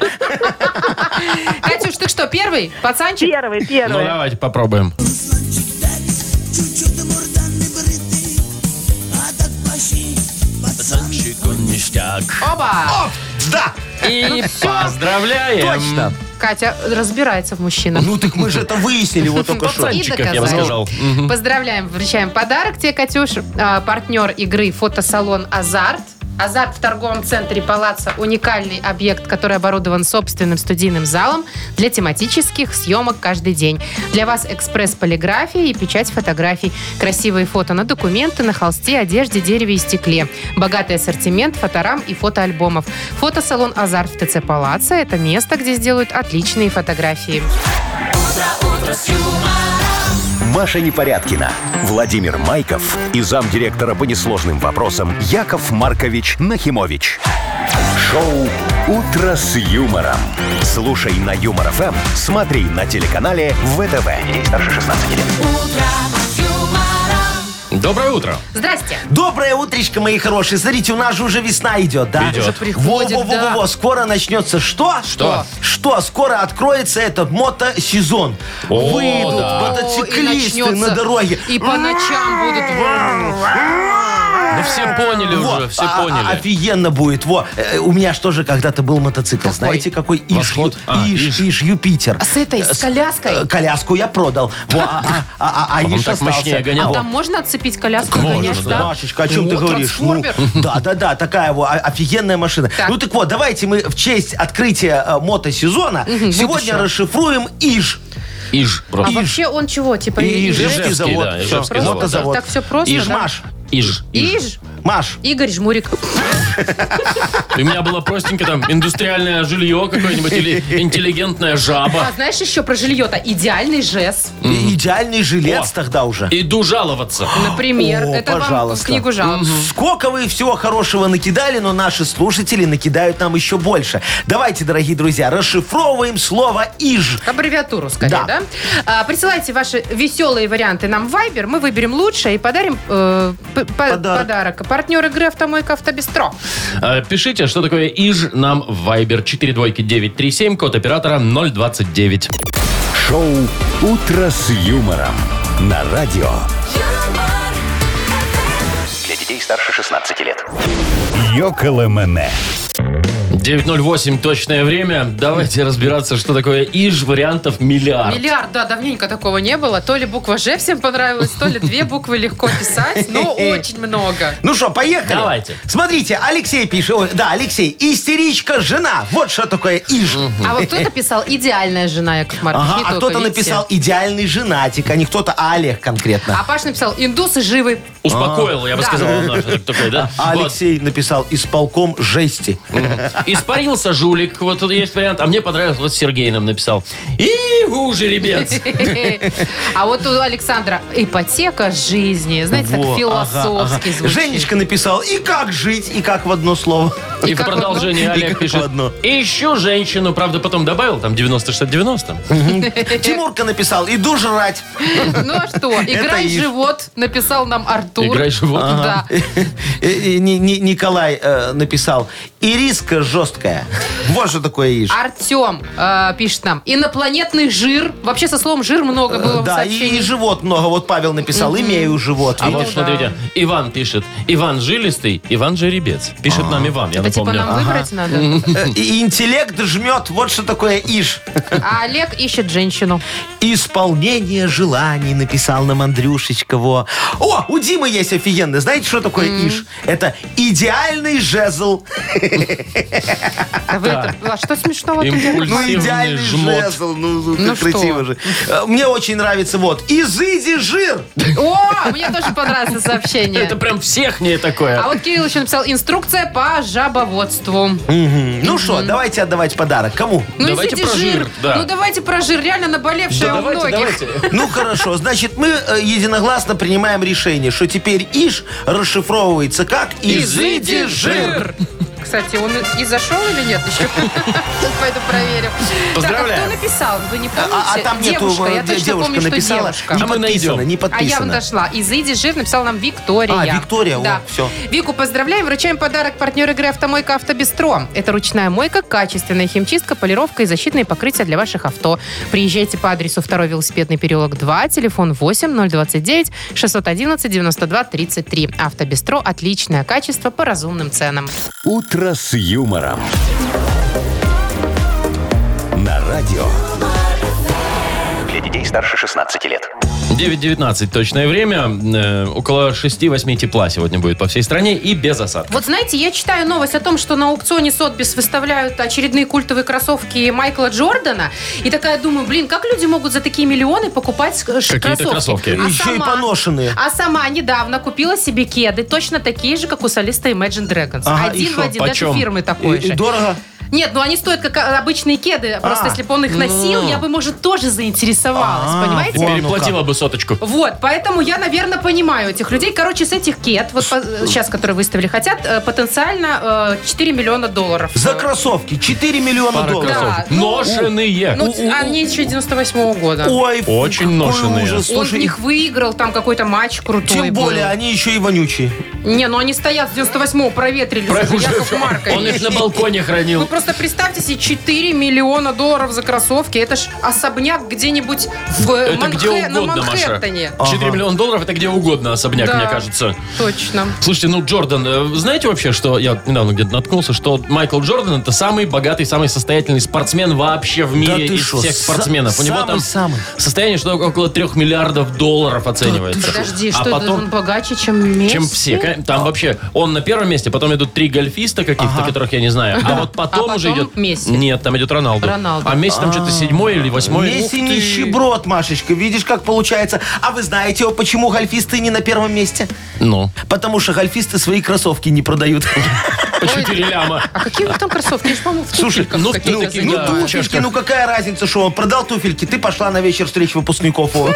Катюш, ты что, первый? Пацанчик? Первый, Ну, первый. давайте попробуем. Русланчик так, чуть-чуть морда не бритый, а так вообще пацанчик. Он ништяк. Оба! Да, И поздравляем. точно. Катя разбирается в мужчинах. Ну, так мы же это выяснили вот только что. И Пацанчиков, я бы доказали. сказал. Поздравляем, вручаем подарок тебе, Катюш. А, Партнер игры фотосалон «Азарт». «Азарт» в торговом центре «Палаца» – уникальный объект, который оборудован собственным студийным залом для тематических съемок каждый день. Для вас экспресс-полиграфия и печать фотографий. Красивые фото на документы, на холсте, одежде, дереве и стекле. Богатый ассортимент фоторам и фотоальбомов. Фотосалон «Азарт» в ТЦ «Палаца» – это место, где сделают отличные фотографии. Маша Непорядкина, Владимир Майков и замдиректора по несложным вопросам Яков Маркович Нахимович. Шоу «Утро с юмором». Слушай на Юмор ФМ, смотри на телеканале ВТВ. Ей старше шестнадцати лет. Доброе утро. Здрасте. Доброе утречко, мои хорошие. Смотрите, у нас же уже весна идет, да? Идет. Уже приходит, да. Во-во-во-во, скоро начнется что? Что? Что? Скоро откроется этот мотосезон. О, Выйдут да. мотоциклисты О, и на начнется. дороге. И по ночам будут... Ну, все поняли Во, уже, все а- а- поняли. Офигенно будет. Во, э, у меня что же когда-то был мотоцикл. Знаете, какой? Иж, Восход? А, Иж, Иж. Иж, Юпитер. А с этой, с коляской? Э, Коляску я продал. Во, а, а, а, а, а Он Иж так остался. мощнее гонял. А Во. там можно отцепить коляску и Можно, гонять, да. да? Машечка, о чем О, ты говоришь? Ну, трансформер. да, да, да, такая вот о- офигенная машина. Так. Ну так вот, давайте мы в честь открытия э, мотосезона сегодня будущего. расшифруем Иж. Иж А просто. вообще он чего? Типа И Ижевский? Ижевский завод. да, Всё, Ижевский завод, мотозавод. Так все просто, Иж, да? Маш. Иж. Иж? Маш. Игорь Жмурик. У меня было простенько там индустриальное жилье какое-нибудь или интеллигентная жаба. А знаешь еще про жилье-то? Идеальный жест. И идеальный жилец О. тогда уже. Иду жаловаться. Например. О, Это вам в пожалуйста. книгу жалоб. Сколько вы всего хорошего накидали, но наши слушатели накидают нам еще больше. Давайте, дорогие друзья, расшифровываем слово «иж». Аббревиатуру, скорее, Да. да? А, присылайте ваши веселые варианты нам в Viber. Мы выберем лучшее и подарим э, п- по- Подарок. подарок. Партнер игры «Автомойка Автобестро». А, Пишите, что такое иж нам в Viber четыре двойки девять три семь, код оператора ноль двадцать девять. Шоу «Утро с юмором» на радио. Для детей старше шестнадцати лет. Йоколэмэне. девять ноль восемь точное время. Давайте разбираться, что такое иж. Вариантов миллиард. Миллиард, да, давненько такого не было. То ли буква «Ж» всем понравилась, то ли две буквы легко писать, но очень много. Ну что, поехали? Давайте. Смотрите, Алексей пишет. Ой, да, Алексей. Истеричка жена. Вот что такое иж. А вот кто-то писал «идеальная жена», Яков Маркович, Ага, не а только, кто-то видите? написал идеальный женатик, а не кто-то, а Олег конкретно. А Паш написал «индусы живы». Успокоил, я бы Да. сказал, наш такой, да? А Вот. Алексей написал исполком жести. Испарился жулик, вот тут есть вариант. А мне понравилось, вот Сергей нам написал. И Берегу, жеребец. А вот у Александра ипотека жизни. Знаете, Во, так философски ага, ага. звучит. Женечка написал, и как жить, и как в одно слово. И в как продолжение И Олег как в пишет. одно. Ищу женщину. Правда, потом добавил там девяносто шестьдесят девяносто. Тимурка написал, иду жрать. Ну а что? Играй ишь. живот, написал нам Артур. Играй живот. Да. Э, э, Ни- Ни- Николай э, написал, ириска жесткая. Вот что такое ишь. Артем э, пишет нам. Инопланетный жир. Вообще со словом жир много было в Да, и, сообщении. и живот много. Вот Павел написал, имею живот. А вот Видишь? смотрите, Иван пишет. Иван жилистый, Иван жеребец. Пишет нам Иван, я Это типа напомню. нам выбрать надо? Э, и интеллект жмет. Вот что такое ишь. А Олег ищет женщину. Исполнение желаний, написал нам Андрюшечка. Во. О, у Димы есть офигенный. Знаете, что такое иш? Это идеальный жезл. А вы это- а что смешного в этом? Импульс. Ну, Массивный идеальный жмот. жезл. Ну, ну, Ну как красиво что? же. Э, Мне очень нравится вот. Изыди жир. О, мне тоже понравилось сообщение. Это прям всех не такое. А вот Кирилл еще написал инструкция по жабоводству. Ну что, давайте отдавать подарок. Кому? Ну, Давайте извините, про жир, да. Ну, давайте про жир. Реально наболевшее Да у давайте, многих. давайте. Ну хорошо, значит, мы э, единогласно принимаем решение, что теперь иш расшифровывается как изыди жир. Кстати, он и- и зашел или нет еще? Сейчас пойду проверю. Поздравляем. Так, а кто написал? Вы не помните? А, а там нету, Девушка. Я э, точно девушка помню, что написала. девушка. Не А мы подписано, найдем. не А я подписано. вам дошла. Изыди жир написала нам Виктория. А, Виктория, да. о, всё. Вику поздравляем. Вручаем подарок партнер игры «Автомойка Автобестро». Это ручная мойка, качественная химчистка, полировка и защитные покрытия для ваших авто. Приезжайте по адресу второй велосипедный переулок два, телефон восемь ноль двадцать девять шестьсот одиннадцать девяносто два тридцать три. «Автобестро» – отличное качество по разумным ценам. «Утро с юмором». На радио. Для детей старше шестнадцати лет. девять девятнадцать точное время. Э, около шести-восьми тепла сегодня будет по всей стране и без осадков. Вот знаете, я читаю новость о том, что на аукционе Сотбис выставляют очередные культовые кроссовки Майкла Джордана. И такая думаю, блин, как люди могут за такие миллионы покупать ш- Какие-то кроссовки. А Еще и поношенные. А сама недавно купила себе кеды, точно такие же, как у солиста Imagine Dragons. Ага, и один шо, в один, даже почем? фирмы такой И- и же. дорого? Нет, ну они стоят как а, обычные кеды. Просто А, если бы он их носил, ну. я бы, может, тоже заинтересовалась. А, понимаете? вот. Переплатила бы соточку. Вот, поэтому я, наверное, понимаю этих людей. Короче, с этих кет, вот по- сейчас, которые выставили, хотят э, потенциально э, четыре миллиона долларов. За кроссовки четыре миллиона Пара долларов. кроссовок. ну, Ношеные. Ну, они еще девяносто восьмого года. Ой, фу, Очень какой ношеные. ужас. Он в Слушай, них выиграл, там какой-то матч крутой тем был. более, они еще и вонючие. Не, ну они стоят с девяносто восьмого, проветрились Про- уже, Яков Он Маркович. их на балконе Вы хранил. просто представьте себе четыре миллиона долларов за кроссовки. Это ж особняк где-нибудь в э, Это где Манхэ- на угодно, Маша. Манхэттене. четыре миллиона долларов это где угодно особняк, Да. мне кажется. Точно. Слушайте, ну Джордан, э, знаете вообще, что я недавно где-то наткнулся, что Майкл Джордан это самый богатый, самый состоятельный спортсмен вообще в мире ты из шо, всех са- спортсменов. У него там самый-самый. состояние, что около трех миллиардов долларов оценивается. Подожди, а что это потом он богаче, чем Месси? чем все. Ка- Там вообще он на первом месте, потом идут три гольфиста каких-то, которых я не знаю. А вот потом А уже потом идет... Месси. Нет, там идет Роналду. Роналду. А Месси там что-то седьмой или восьмой. Месси Ух ты. нищеброд, Машечка. Видишь, как получается. А вы знаете, почему гольфисты не на первом месте? Ну, Потому что гольфисты свои кроссовки не продают. по четыре ляма. А какие у них там кроссовки? Я же, по-моему, в Слушай, туфельках ну, каких-то ну, заехала. Ну, Да, туфельки, чашка. ну какая разница, что он продал туфельки, ты пошла на вечер встреч выпускников о,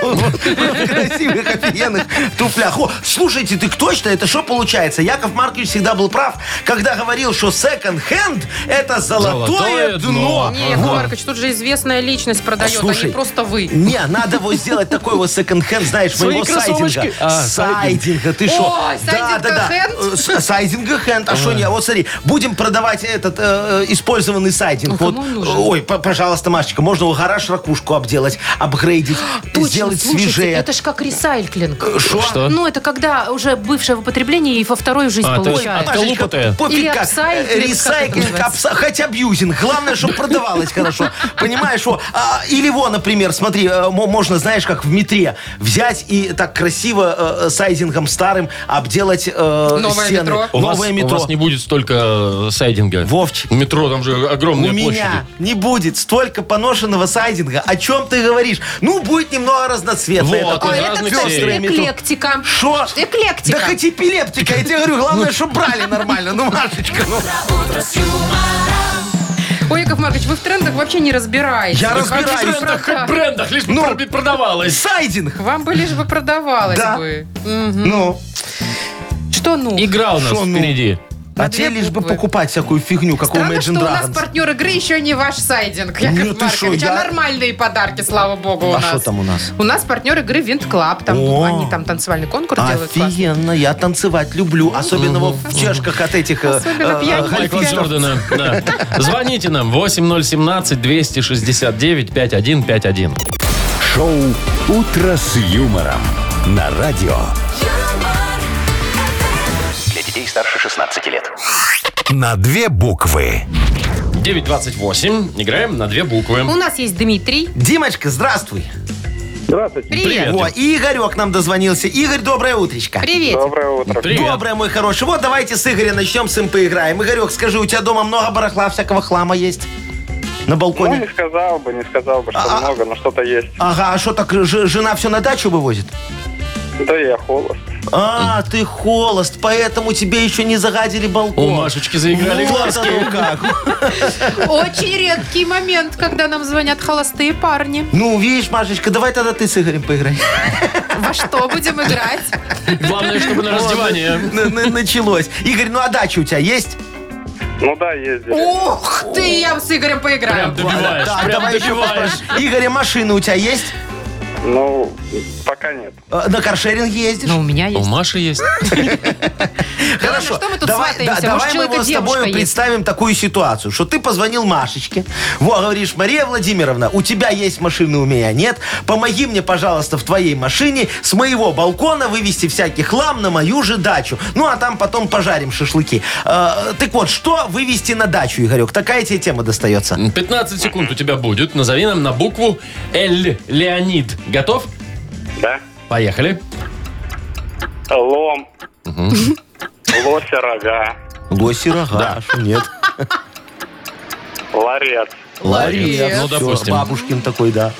в красивых, офигенных туфлях. О, слушайте, ты точно, это что получается? Яков Маркович всегда был прав, когда говорил, что секонд-хенд это золотое Золотое дно. дно. Не, Яков Маркович, тут же известная личность продает, а Слушай, не просто вы. Не, надо вот сделать такой вот секонд-хенд, знаешь, Свои моего кроссовочки. сайдинга. А, сайдинг. Сайдинга, ты что? Ой, сайдинга-хенд? Сайдинга-хенд. А что не? Вот смотри, будем продавать этот э, э, использованный сайдинг. Ну, Вот, кому он нужен? ой, п- пожалуйста, Машечка, можно в гараж ракушку обделать, апгрейдить, Точно, сделать слушайте, свежее. это ж как ресайклинг. Что? Что? Ну, это когда уже бывшее в употреблении и во вторую жизнь А, то есть получают. от колупа-то? пофиг Или как. апсайклинг, Э, как Ресайклинг, это называется? апса- хоть абьюзинг. Главное, чтобы продавалось хорошо. Понимаешь, что? А, или во, например, смотри, э, мо- можно, знаешь, как в метре, взять и так красиво э, сайдингом старым обделать э, Новое стены. метро. У вас, Новое у метро. вас не будет столько э, сайдинга. Вовчик. Метро, там же огромные У площади. меня не будет столько поношенного сайдинга. О чем ты говоришь? Ну, будет немного разноцветное. Вот, такое Ой, из это, разных кстати, серий. метро. эклектика. Шо? Эклектика. Да хоть эпилептика. Я тебе говорю, главное, чтобы брали нормально. Ну, Машечка, ну. Ой, Яков Маркович, вы в трендах вообще не разбираетесь. Я Как разбираюсь. вы В брендах, про- как в брендах, лишь бы Ну. проби- продавалось. Сайдинг. Вам бы лишь бы продавалось Да. бы. Мгм. Ну, Что ну? Игра у нас Шо, ну? впереди. На а две тебе лишь бы буквы. покупать всякую фигню, как у Странно, Imagine что у нас Dragons. партнер игры еще не ваш сайдинг, Яков Ну ты шо, Маркович. я- А нормальные подарки, слава богу, у А нас. что там у нас? У нас партнер игры Винт Клаб. Там, О. они там танцевальный конкурс делают. классный. Офигенно, я танцевать люблю. Особенно вот в чешках от этих... э, Особенно э, пьяненьких. Майкла гольфистов. Джордана. Да. Звоните нам восемь ноль семнадцать двести шестьдесят девять пятьдесят один пятьдесят один. Шоу «Утро с юмором» на радио. Для детей старше шестнадцати лет. На две буквы. девять двадцать восемь. Играем на две буквы. У нас есть Дмитрий. Димочка, здравствуй. Здравствуйте. Привет. Привет. Во, и Игорек нам дозвонился. Игорь, доброе утречко. Привет. Доброе утро. Привет. Доброе, мой хороший. Вот давайте с Игоря начнем, с им поиграем. Игорек, скажи, у тебя дома много барахла, всякого хлама есть? На Ну, балконе? не сказал бы, не сказал бы, что А- много, но что-то есть. Ага, а что так, ж- жена все на дачу вывозит? Да я холост. А, ты холост, поэтому тебе еще не загадили балкон. У Машечки заиграли Вот глазки. оно как. Очень редкий момент, когда нам звонят холостые парни. Ну, видишь, Машечка, давай тогда ты с Игорем поиграй. Во что будем играть? Главное, чтобы на раздевание. Н- н- Началось. Игорь, ну а дача у тебя есть? Ну да, ездили. Ух ты, я с Игорем поиграю. Прям добиваешь, Так, прям давай еще добиваешь. поспрашивай. Игорь, машина у тебя есть? Ну, пока нет. Э, На каршеринге ездишь? Ну, у меня У есть. Маши есть. Хорошо. что мы тут давай, сватаемся? да, Может, давай мы человека вот с девушка тобой есть? представим такую ситуацию, что ты позвонил Машечке, во, говоришь, Мария Владимировна, у тебя есть машина, у меня нет, помоги мне, пожалуйста, в твоей машине с моего балкона вывести всякий хлам на мою же дачу. Ну, а там потом пожарим шашлыки. Э, так вот, что вывести на дачу, Игорек? Такая тебе тема достается. пятнадцать секунд у тебя будет. Назови нам на букву Л. Леонид. Готов? Да? Поехали. Лом. Лося рога. Лоси рога, а шо нет. Ларец. Ларец. Ну, Всё, допустим. бабушкин такой, да.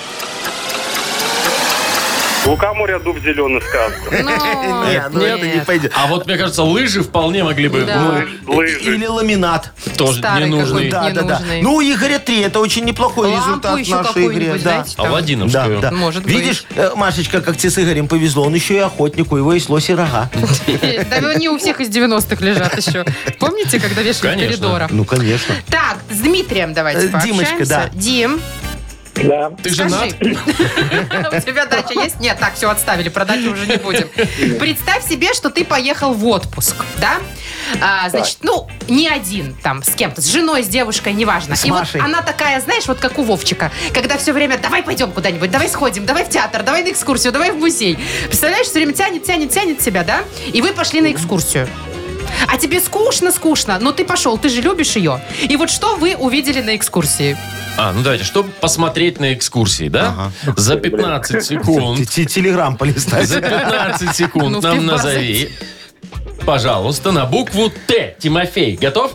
Лукоморья дуб зеленый сказку. Ну, Не, ну это не пойдет. А вот, мне кажется, лыжи вполне могли бы. Да. ну, Лыжи. Или ламинат. тоже Старый ненужный. какой-то. Да, да, да. Ненужный. Ну, у Игоря три. Это очень неплохой Лампу результат еще нашей игре. какую-нибудь Да. дайте там. Аладдиновскую. Да, да. Может быть. Видишь, э, Машечка, как тебе с Игорем повезло, он еще и охотник, у него есть лоси рога. Да они у всех из девяностых лежат еще. Помните, когда вешали в Конечно. коридорах? Ну, конечно. Так, с Дмитрием давайте Э, Димочка, пообщаемся. да. Дим, Да. Ты скажи, женат? у тебя дача есть? Нет, так, все, отставили, про дачу уже не будем. Представь себе, что ты поехал в отпуск, да? А, значит, ну, не один там, с кем-то, с женой, с девушкой, неважно. С И Машей. вот она такая, знаешь, вот как у Вовчика, когда все время, давай пойдем куда-нибудь, давай сходим, давай в театр, давай на экскурсию, давай в музей. Представляешь, все время тянет, тянет, тянет тебя, да? И вы пошли на экскурсию. А тебе скучно, скучно, но ты пошел, ты же любишь ее. И вот что вы увидели на экскурсии? А, ну давайте, чтобы посмотреть на экскурсии, да? За пятнадцать секунд. Т- т- Телеграм полистать. За пятнадцать Ну, секунд в нам пивбар назови, пожалуйста, на букву Т. Тимофей, готов?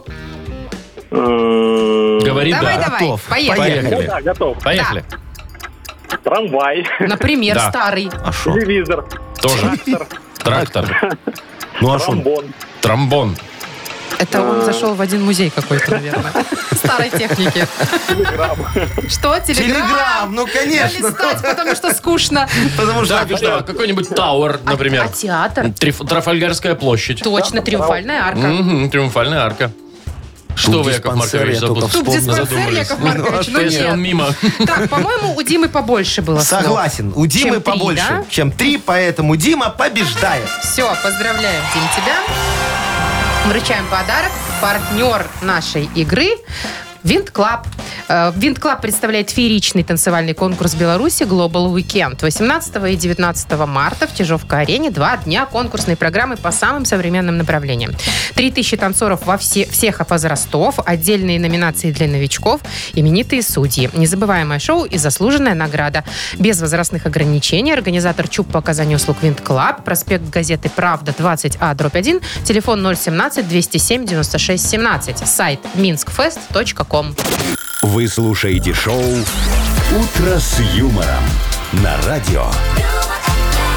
Говори Давай, да. давай, готов. поехали. Поехали. Да, готов. Поехали. Трамвай. Например, Да. старый. А шо? Телевизор. Тоже. Трактор. Ну, а шо? Тромбон. Тромбон. Это он зашел в один музей какой-то, наверное. Старой техники. Что, телеграм? Телеграм, ну, конечно. Листать, потому что скучно. Потому что... Так, что, какой-нибудь Тауэр, А- например. А театр? Триф- Трафальгарская площадь. Точно, триумфальная арка. Мгм, Триумфальная арка. Что вы, Яков диспансер, Маркович, я только запу- Тут диспансер, задумались? Яков Маркович, ну Если он нет. мимо. Так, по-моему, у Димы побольше было слов. Согласен. У Димы Чем три, побольше, да? чем три, поэтому Дима побеждает. Все, поздравляем, Дим, тебя. Вручаем подарок. Партнер нашей игры Винт Клаб. Винт Клаб представляет фееричный танцевальный конкурс Беларуси Global Weekend. восемнадцатого и девятнадцатого марта в Чижовка-арене два дня конкурсной программы по самым современным направлениям. Три тысячи танцоров во все, всех возрастов, отдельные номинации для новичков, именитые судьи. Незабываемое шоу и заслуженная награда. Без возрастных ограничений. Организатор ЧУП по оказанию услуг Винт Клаб. Проспект газеты «Правда», двадцать А, дробь один. Телефон ноль семнадцать двести семь девяносто шесть семнадцать. Сайт минскфест точка ком. Вы слушаете шоу «Утро с юмором» на радио. Для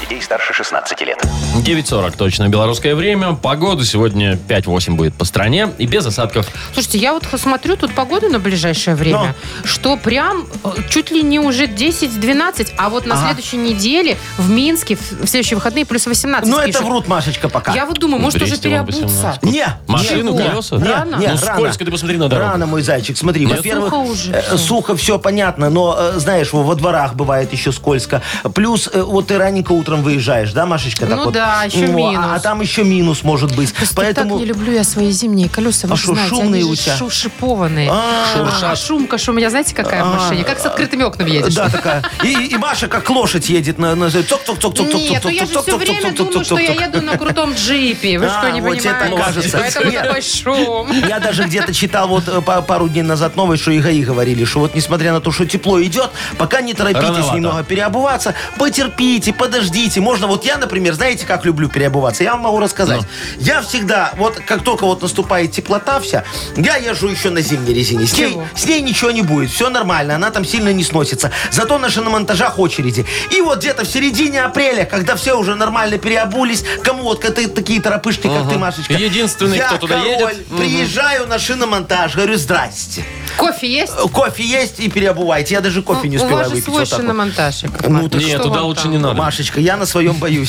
детей старше шестнадцати лет. девять сорок точно белорусское время. Погода сегодня пять-восемь будет по стране и без осадков. Слушайте, я вот смотрю тут погоду на ближайшее время, что прям э, чуть ли не уже десять-двенадцать, а вот на Ага. следующей неделе в Минске в, в следующие выходные плюс восемнадцать Ну, это пишут. врут, Машечка, пока. Я вот думаю, может В уже Бресте, вон, переобуться. восемнадцать. Не, Машину, не, колеса? Не, Рано? не, Ну, рано. скользко, ты посмотри на дорогу. Рано, мой зайчик, смотри. Нет? Во-первых, Сухо уже э, всё. сухо, все понятно, но, э, знаешь, во во дворах бывает еще скользко. Плюс, э, вот ты раненько утром выезжаешь, да, Машечка? Так Ну вот? да, еще Ну, минус. А, а там еще минус может быть. Просто Поэтому... так не люблю я свои зимние колеса, вы А же шо, знаете, шумные они у же тебя? шу- шипованные. А, А шумка, что у меня, знаете, какая в машине? Как с открытыми окнами едешь. Да, такая. И, и Маша как лошадь едет на... на цок-цок-цок-цок-цок-цок-цок-цок-цок-цок-цок-цок-цок. Нет, ну я же все время думаю, что я еду на крутом джипе. Вы А, что, не вот тебе понимаете? так кажется. Поэтому Нет. такой шум. Я даже где-то читал вот э, па- пару дней назад новость, что и ГАИ говорили, что вот несмотря на то, что тепло идет, пока не торопитесь Рановато. немного переобуваться, потерпите, подождите. Можно, вот я, например, знаете, как люблю переобуваться? Я вам могу рассказать. Я всегда, вот как только вот наступает теплота вся, я езжу еще на зимней резине. С ней, Чего? с ней ничего не будет, все нормально, она там сильно не сносится. Зато на шиномонтажах очереди. И вот где-то в середине апреля, когда все уже нормально переобулись, кому вот как ты- такие торопышки, как ты, Машечка. Единственный, я, кто туда король, едет. Мгм. приезжаю на шиномонтаж, говорю, здрасте. Кофе есть? Кофе есть и переобувайте. Я даже кофе не У успеваю вас же выпить. свой вот так вот. шиномонтаж, Яков Ну, Маркович, так Нет, что туда вам лучше там? не надо. Машечка, я на своем боюсь.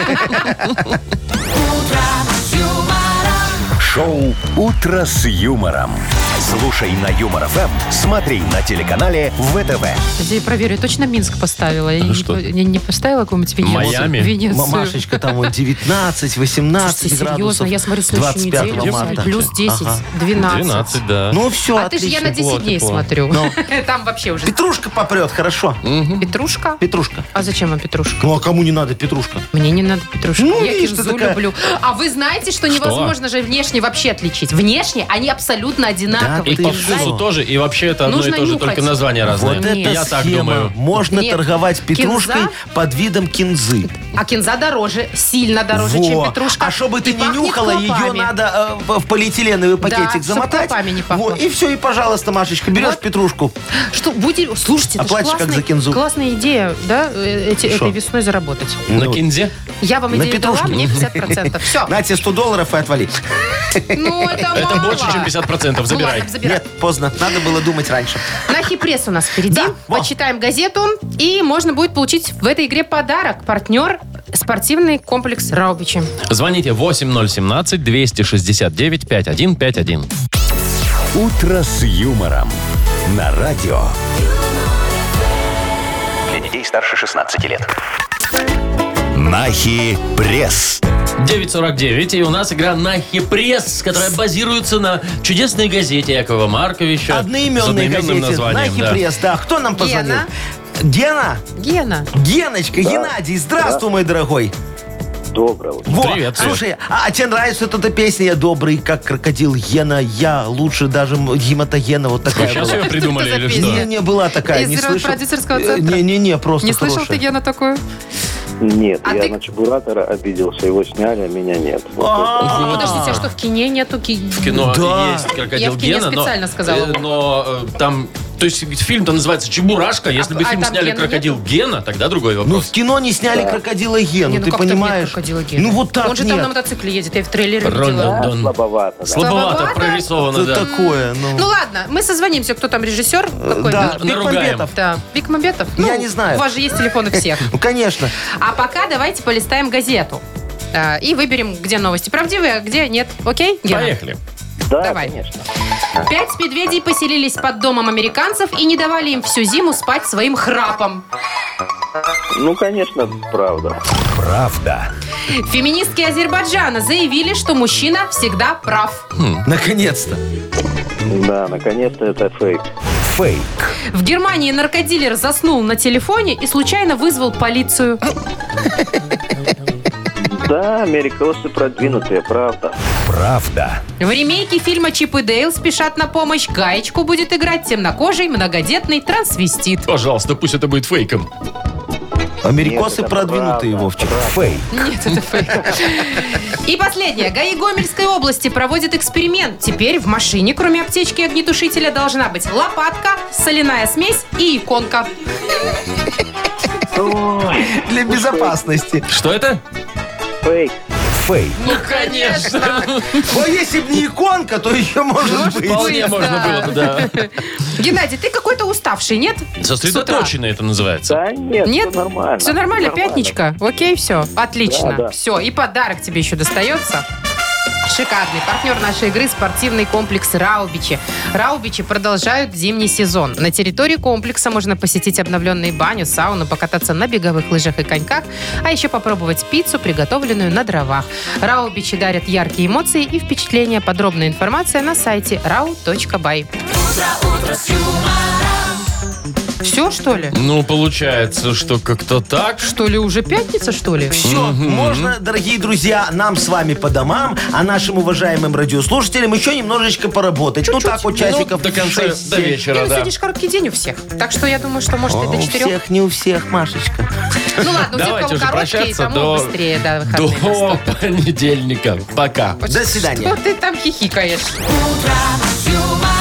Шоу «Утро с юмором». Слушай на Юмор ФМ, смотри на телеканале ВТВ. Я проверю, точно Минск поставила? Я не, что? по- не, не поставила какую-нибудь Венецию? Майами? Венецию. М- Машечка, там вот девятнадцать, восемнадцать Слушайте, градусов. серьезно, я смотрю следующую двадцать пятого неделю, марта. плюс десять, Ага. двенадцать. двенадцать, да. Ну все, А ты же я на отлично. десять дней тепло. смотрю. Ну. Там вообще уже... Петрушка попрет, хорошо. Петрушка? Петрушка. А зачем вам петрушка? Ну а кому не надо петрушка? Мне не надо петрушка. Ну, я видишь, ты кинзу такая- люблю. А вы знаете, что невозможно же внешне вообще отличить? Внешне они абсолютно одинаковые. И ты по что? вкусу тоже, и вообще это одно Нужно и то же, нюхать. только название разное. Вот это Нет. Я так схема. думаю. Можно Нет. торговать петрушкой Кинза? под видом кинзы. А кинза дороже, сильно дороже, Во. чем петрушка. А чтобы ты И не пахнет нюхала, ее клопами. надо э, в в полиэтиленовый пакетик чтоб замотать. клопами не пахло. Во, и все, и пожалуйста, Машечка, берешь Вот. петрушку. Что, будете... Слушайте, А это ж платишь как классный- за кинзу. классная идея, да, э, эти, Шо? этой весной заработать. На Ну, кинзе? Я вам На идею дала, петрушке. мне пятьдесят процентов. Все. На тебе сто долларов и отвали. Ну, это Это мало. больше, чем пятьдесят процентов. Ну, Забирай. ладно, забирай. Нет, поздно. Надо было думать раньше. На Хипресс у нас впереди. Да, во. Почитаем газету. И можно будет получить в этой игре подарок. Партнер – спортивный комплекс Раубичи. Звоните восемь ноль семнадцать двести шестьдесят девять пятьдесят один пятьдесят один. «Утро с юмором» на радио. Для детей старше шестнадцати лет. Нахи пресс. девять сорок девять, и у нас игра на Хипресс, которая базируется на чудесной газете Якова Марковича. с Одноименной одноименным газете. названием. На да. Хипресс, да. Кто нам позвонил? Гена. Гена? Гена. Геночка, Геннадий, здравствуй, мой дорогой. Доброе утро. Во, Привет, привет. слушай, а, а тебе нравится вот эта песня «Я добрый, как крокодил Гена, я лучше даже м- гематогена», вот такая Сейчас была. ее придумали Что это или за что? песня? Не, была такая, Из не слышал. продюсерского Э, центра? Не-не-не, просто Не слышал хорошая. ты, Гена, такую? Нет, А я ты- на Чебуратора обиделся, его сняли, а меня нет. Вот А, Ну, подождите, а что в кине нету? ки- В кино Да. есть крокодил Я в кино Гена, но, специально сказала. э, но э, там, то есть фильм-то называется «Чебурашка». Если бы а фильм там сняли Гена «Крокодил Гена», тогда другой Ну, вопрос. в кино не сняли крокодила Гену, Не, ну ты как там нет понимаешь? крокодила Гена? Ну, вот так Он же нет. там на мотоцикле едет, я в трейлере Рон- видела. Дон- слабовато, да. Слабовато Слабовато? прорисовано, Это да. такое, ну. Ну ладно, мы созвонимся, кто там режиссер какой-то. Да, на- Биг наругаем. Мамбетов. Да, Бекмамбетов? Я Ну, не знаю. У вас же есть телефоны всех. Ну, конечно. А пока давайте полистаем газету. А, И выберем, где новости правдивые, а где нет. Окей, Гена? Поехали. Да, Давай. конечно. Пять медведей поселились под домом американцев и не давали им всю зиму спать своим храпом. Ну, конечно, правда. Правда. Феминистки Азербайджана заявили, что мужчина всегда прав. Наконец-то. Да, наконец-то это фейк. Фейк. В Германии наркодилер заснул на телефоне и случайно вызвал полицию. Да, америкосы продвинутые, правда. Правда. В ремейке фильма «Чип и Дейл спешат на помощь» гаечку будет играть темнокожий многодетный трансвестит. Пожалуйста, пусть это будет фейком. Америкосы Нет, это продвинутые, правда. Вовчик. Фейк. Нет, это фейк. И последнее. ГАИ Гомельской области проводит эксперимент. Теперь в машине, кроме аптечки и огнетушителя, должна быть лопатка, соляная смесь и иконка. Ой, Для безопасности. Что это? фейк. Фейк. Ну, конечно. О, если бы не иконка, то еще может быть. Вполне быть, можно да. было бы, да. Геннадий, ты какой-то уставший, нет? Сосредоточенный это называется. Да нет, Нет? все нормально. Все нормально, пятничка? Окей, все, отлично. Да, да. Все, и подарок тебе еще достается. Шикарный партнер нашей игры — спортивный комплекс «Раубичи». «Раубичи» продолжают зимний сезон. На территории комплекса можно посетить обновленные баню, сауну, покататься на беговых лыжах и коньках, а еще попробовать пиццу, приготовленную на дровах. «Раубичи» дарят яркие эмоции и впечатления. Подробная информация на сайте рау точка бай. Все, что ли? Ну, получается, что как-то так. Что ли, уже пятница, что ли? Все, можно, дорогие друзья, нам с вами по домам, а нашим уважаемым радиослушателям еще немножечко поработать. Ну Чуть-чуть. так вот часиков Ну, до конца, шесть, до семь. Не, вечера, ну, да. сегодня же короткий день у всех. Так что я думаю, что может и О, до у четырех. всех, не у всех, Машечка. Ну ладно, у тех, Давайте кого уже короткие, прощаться тому до- быстрее, да, До выходные наступят. понедельника. Пока. До свидания. Что ты там хихикаешь? Утро с юмором.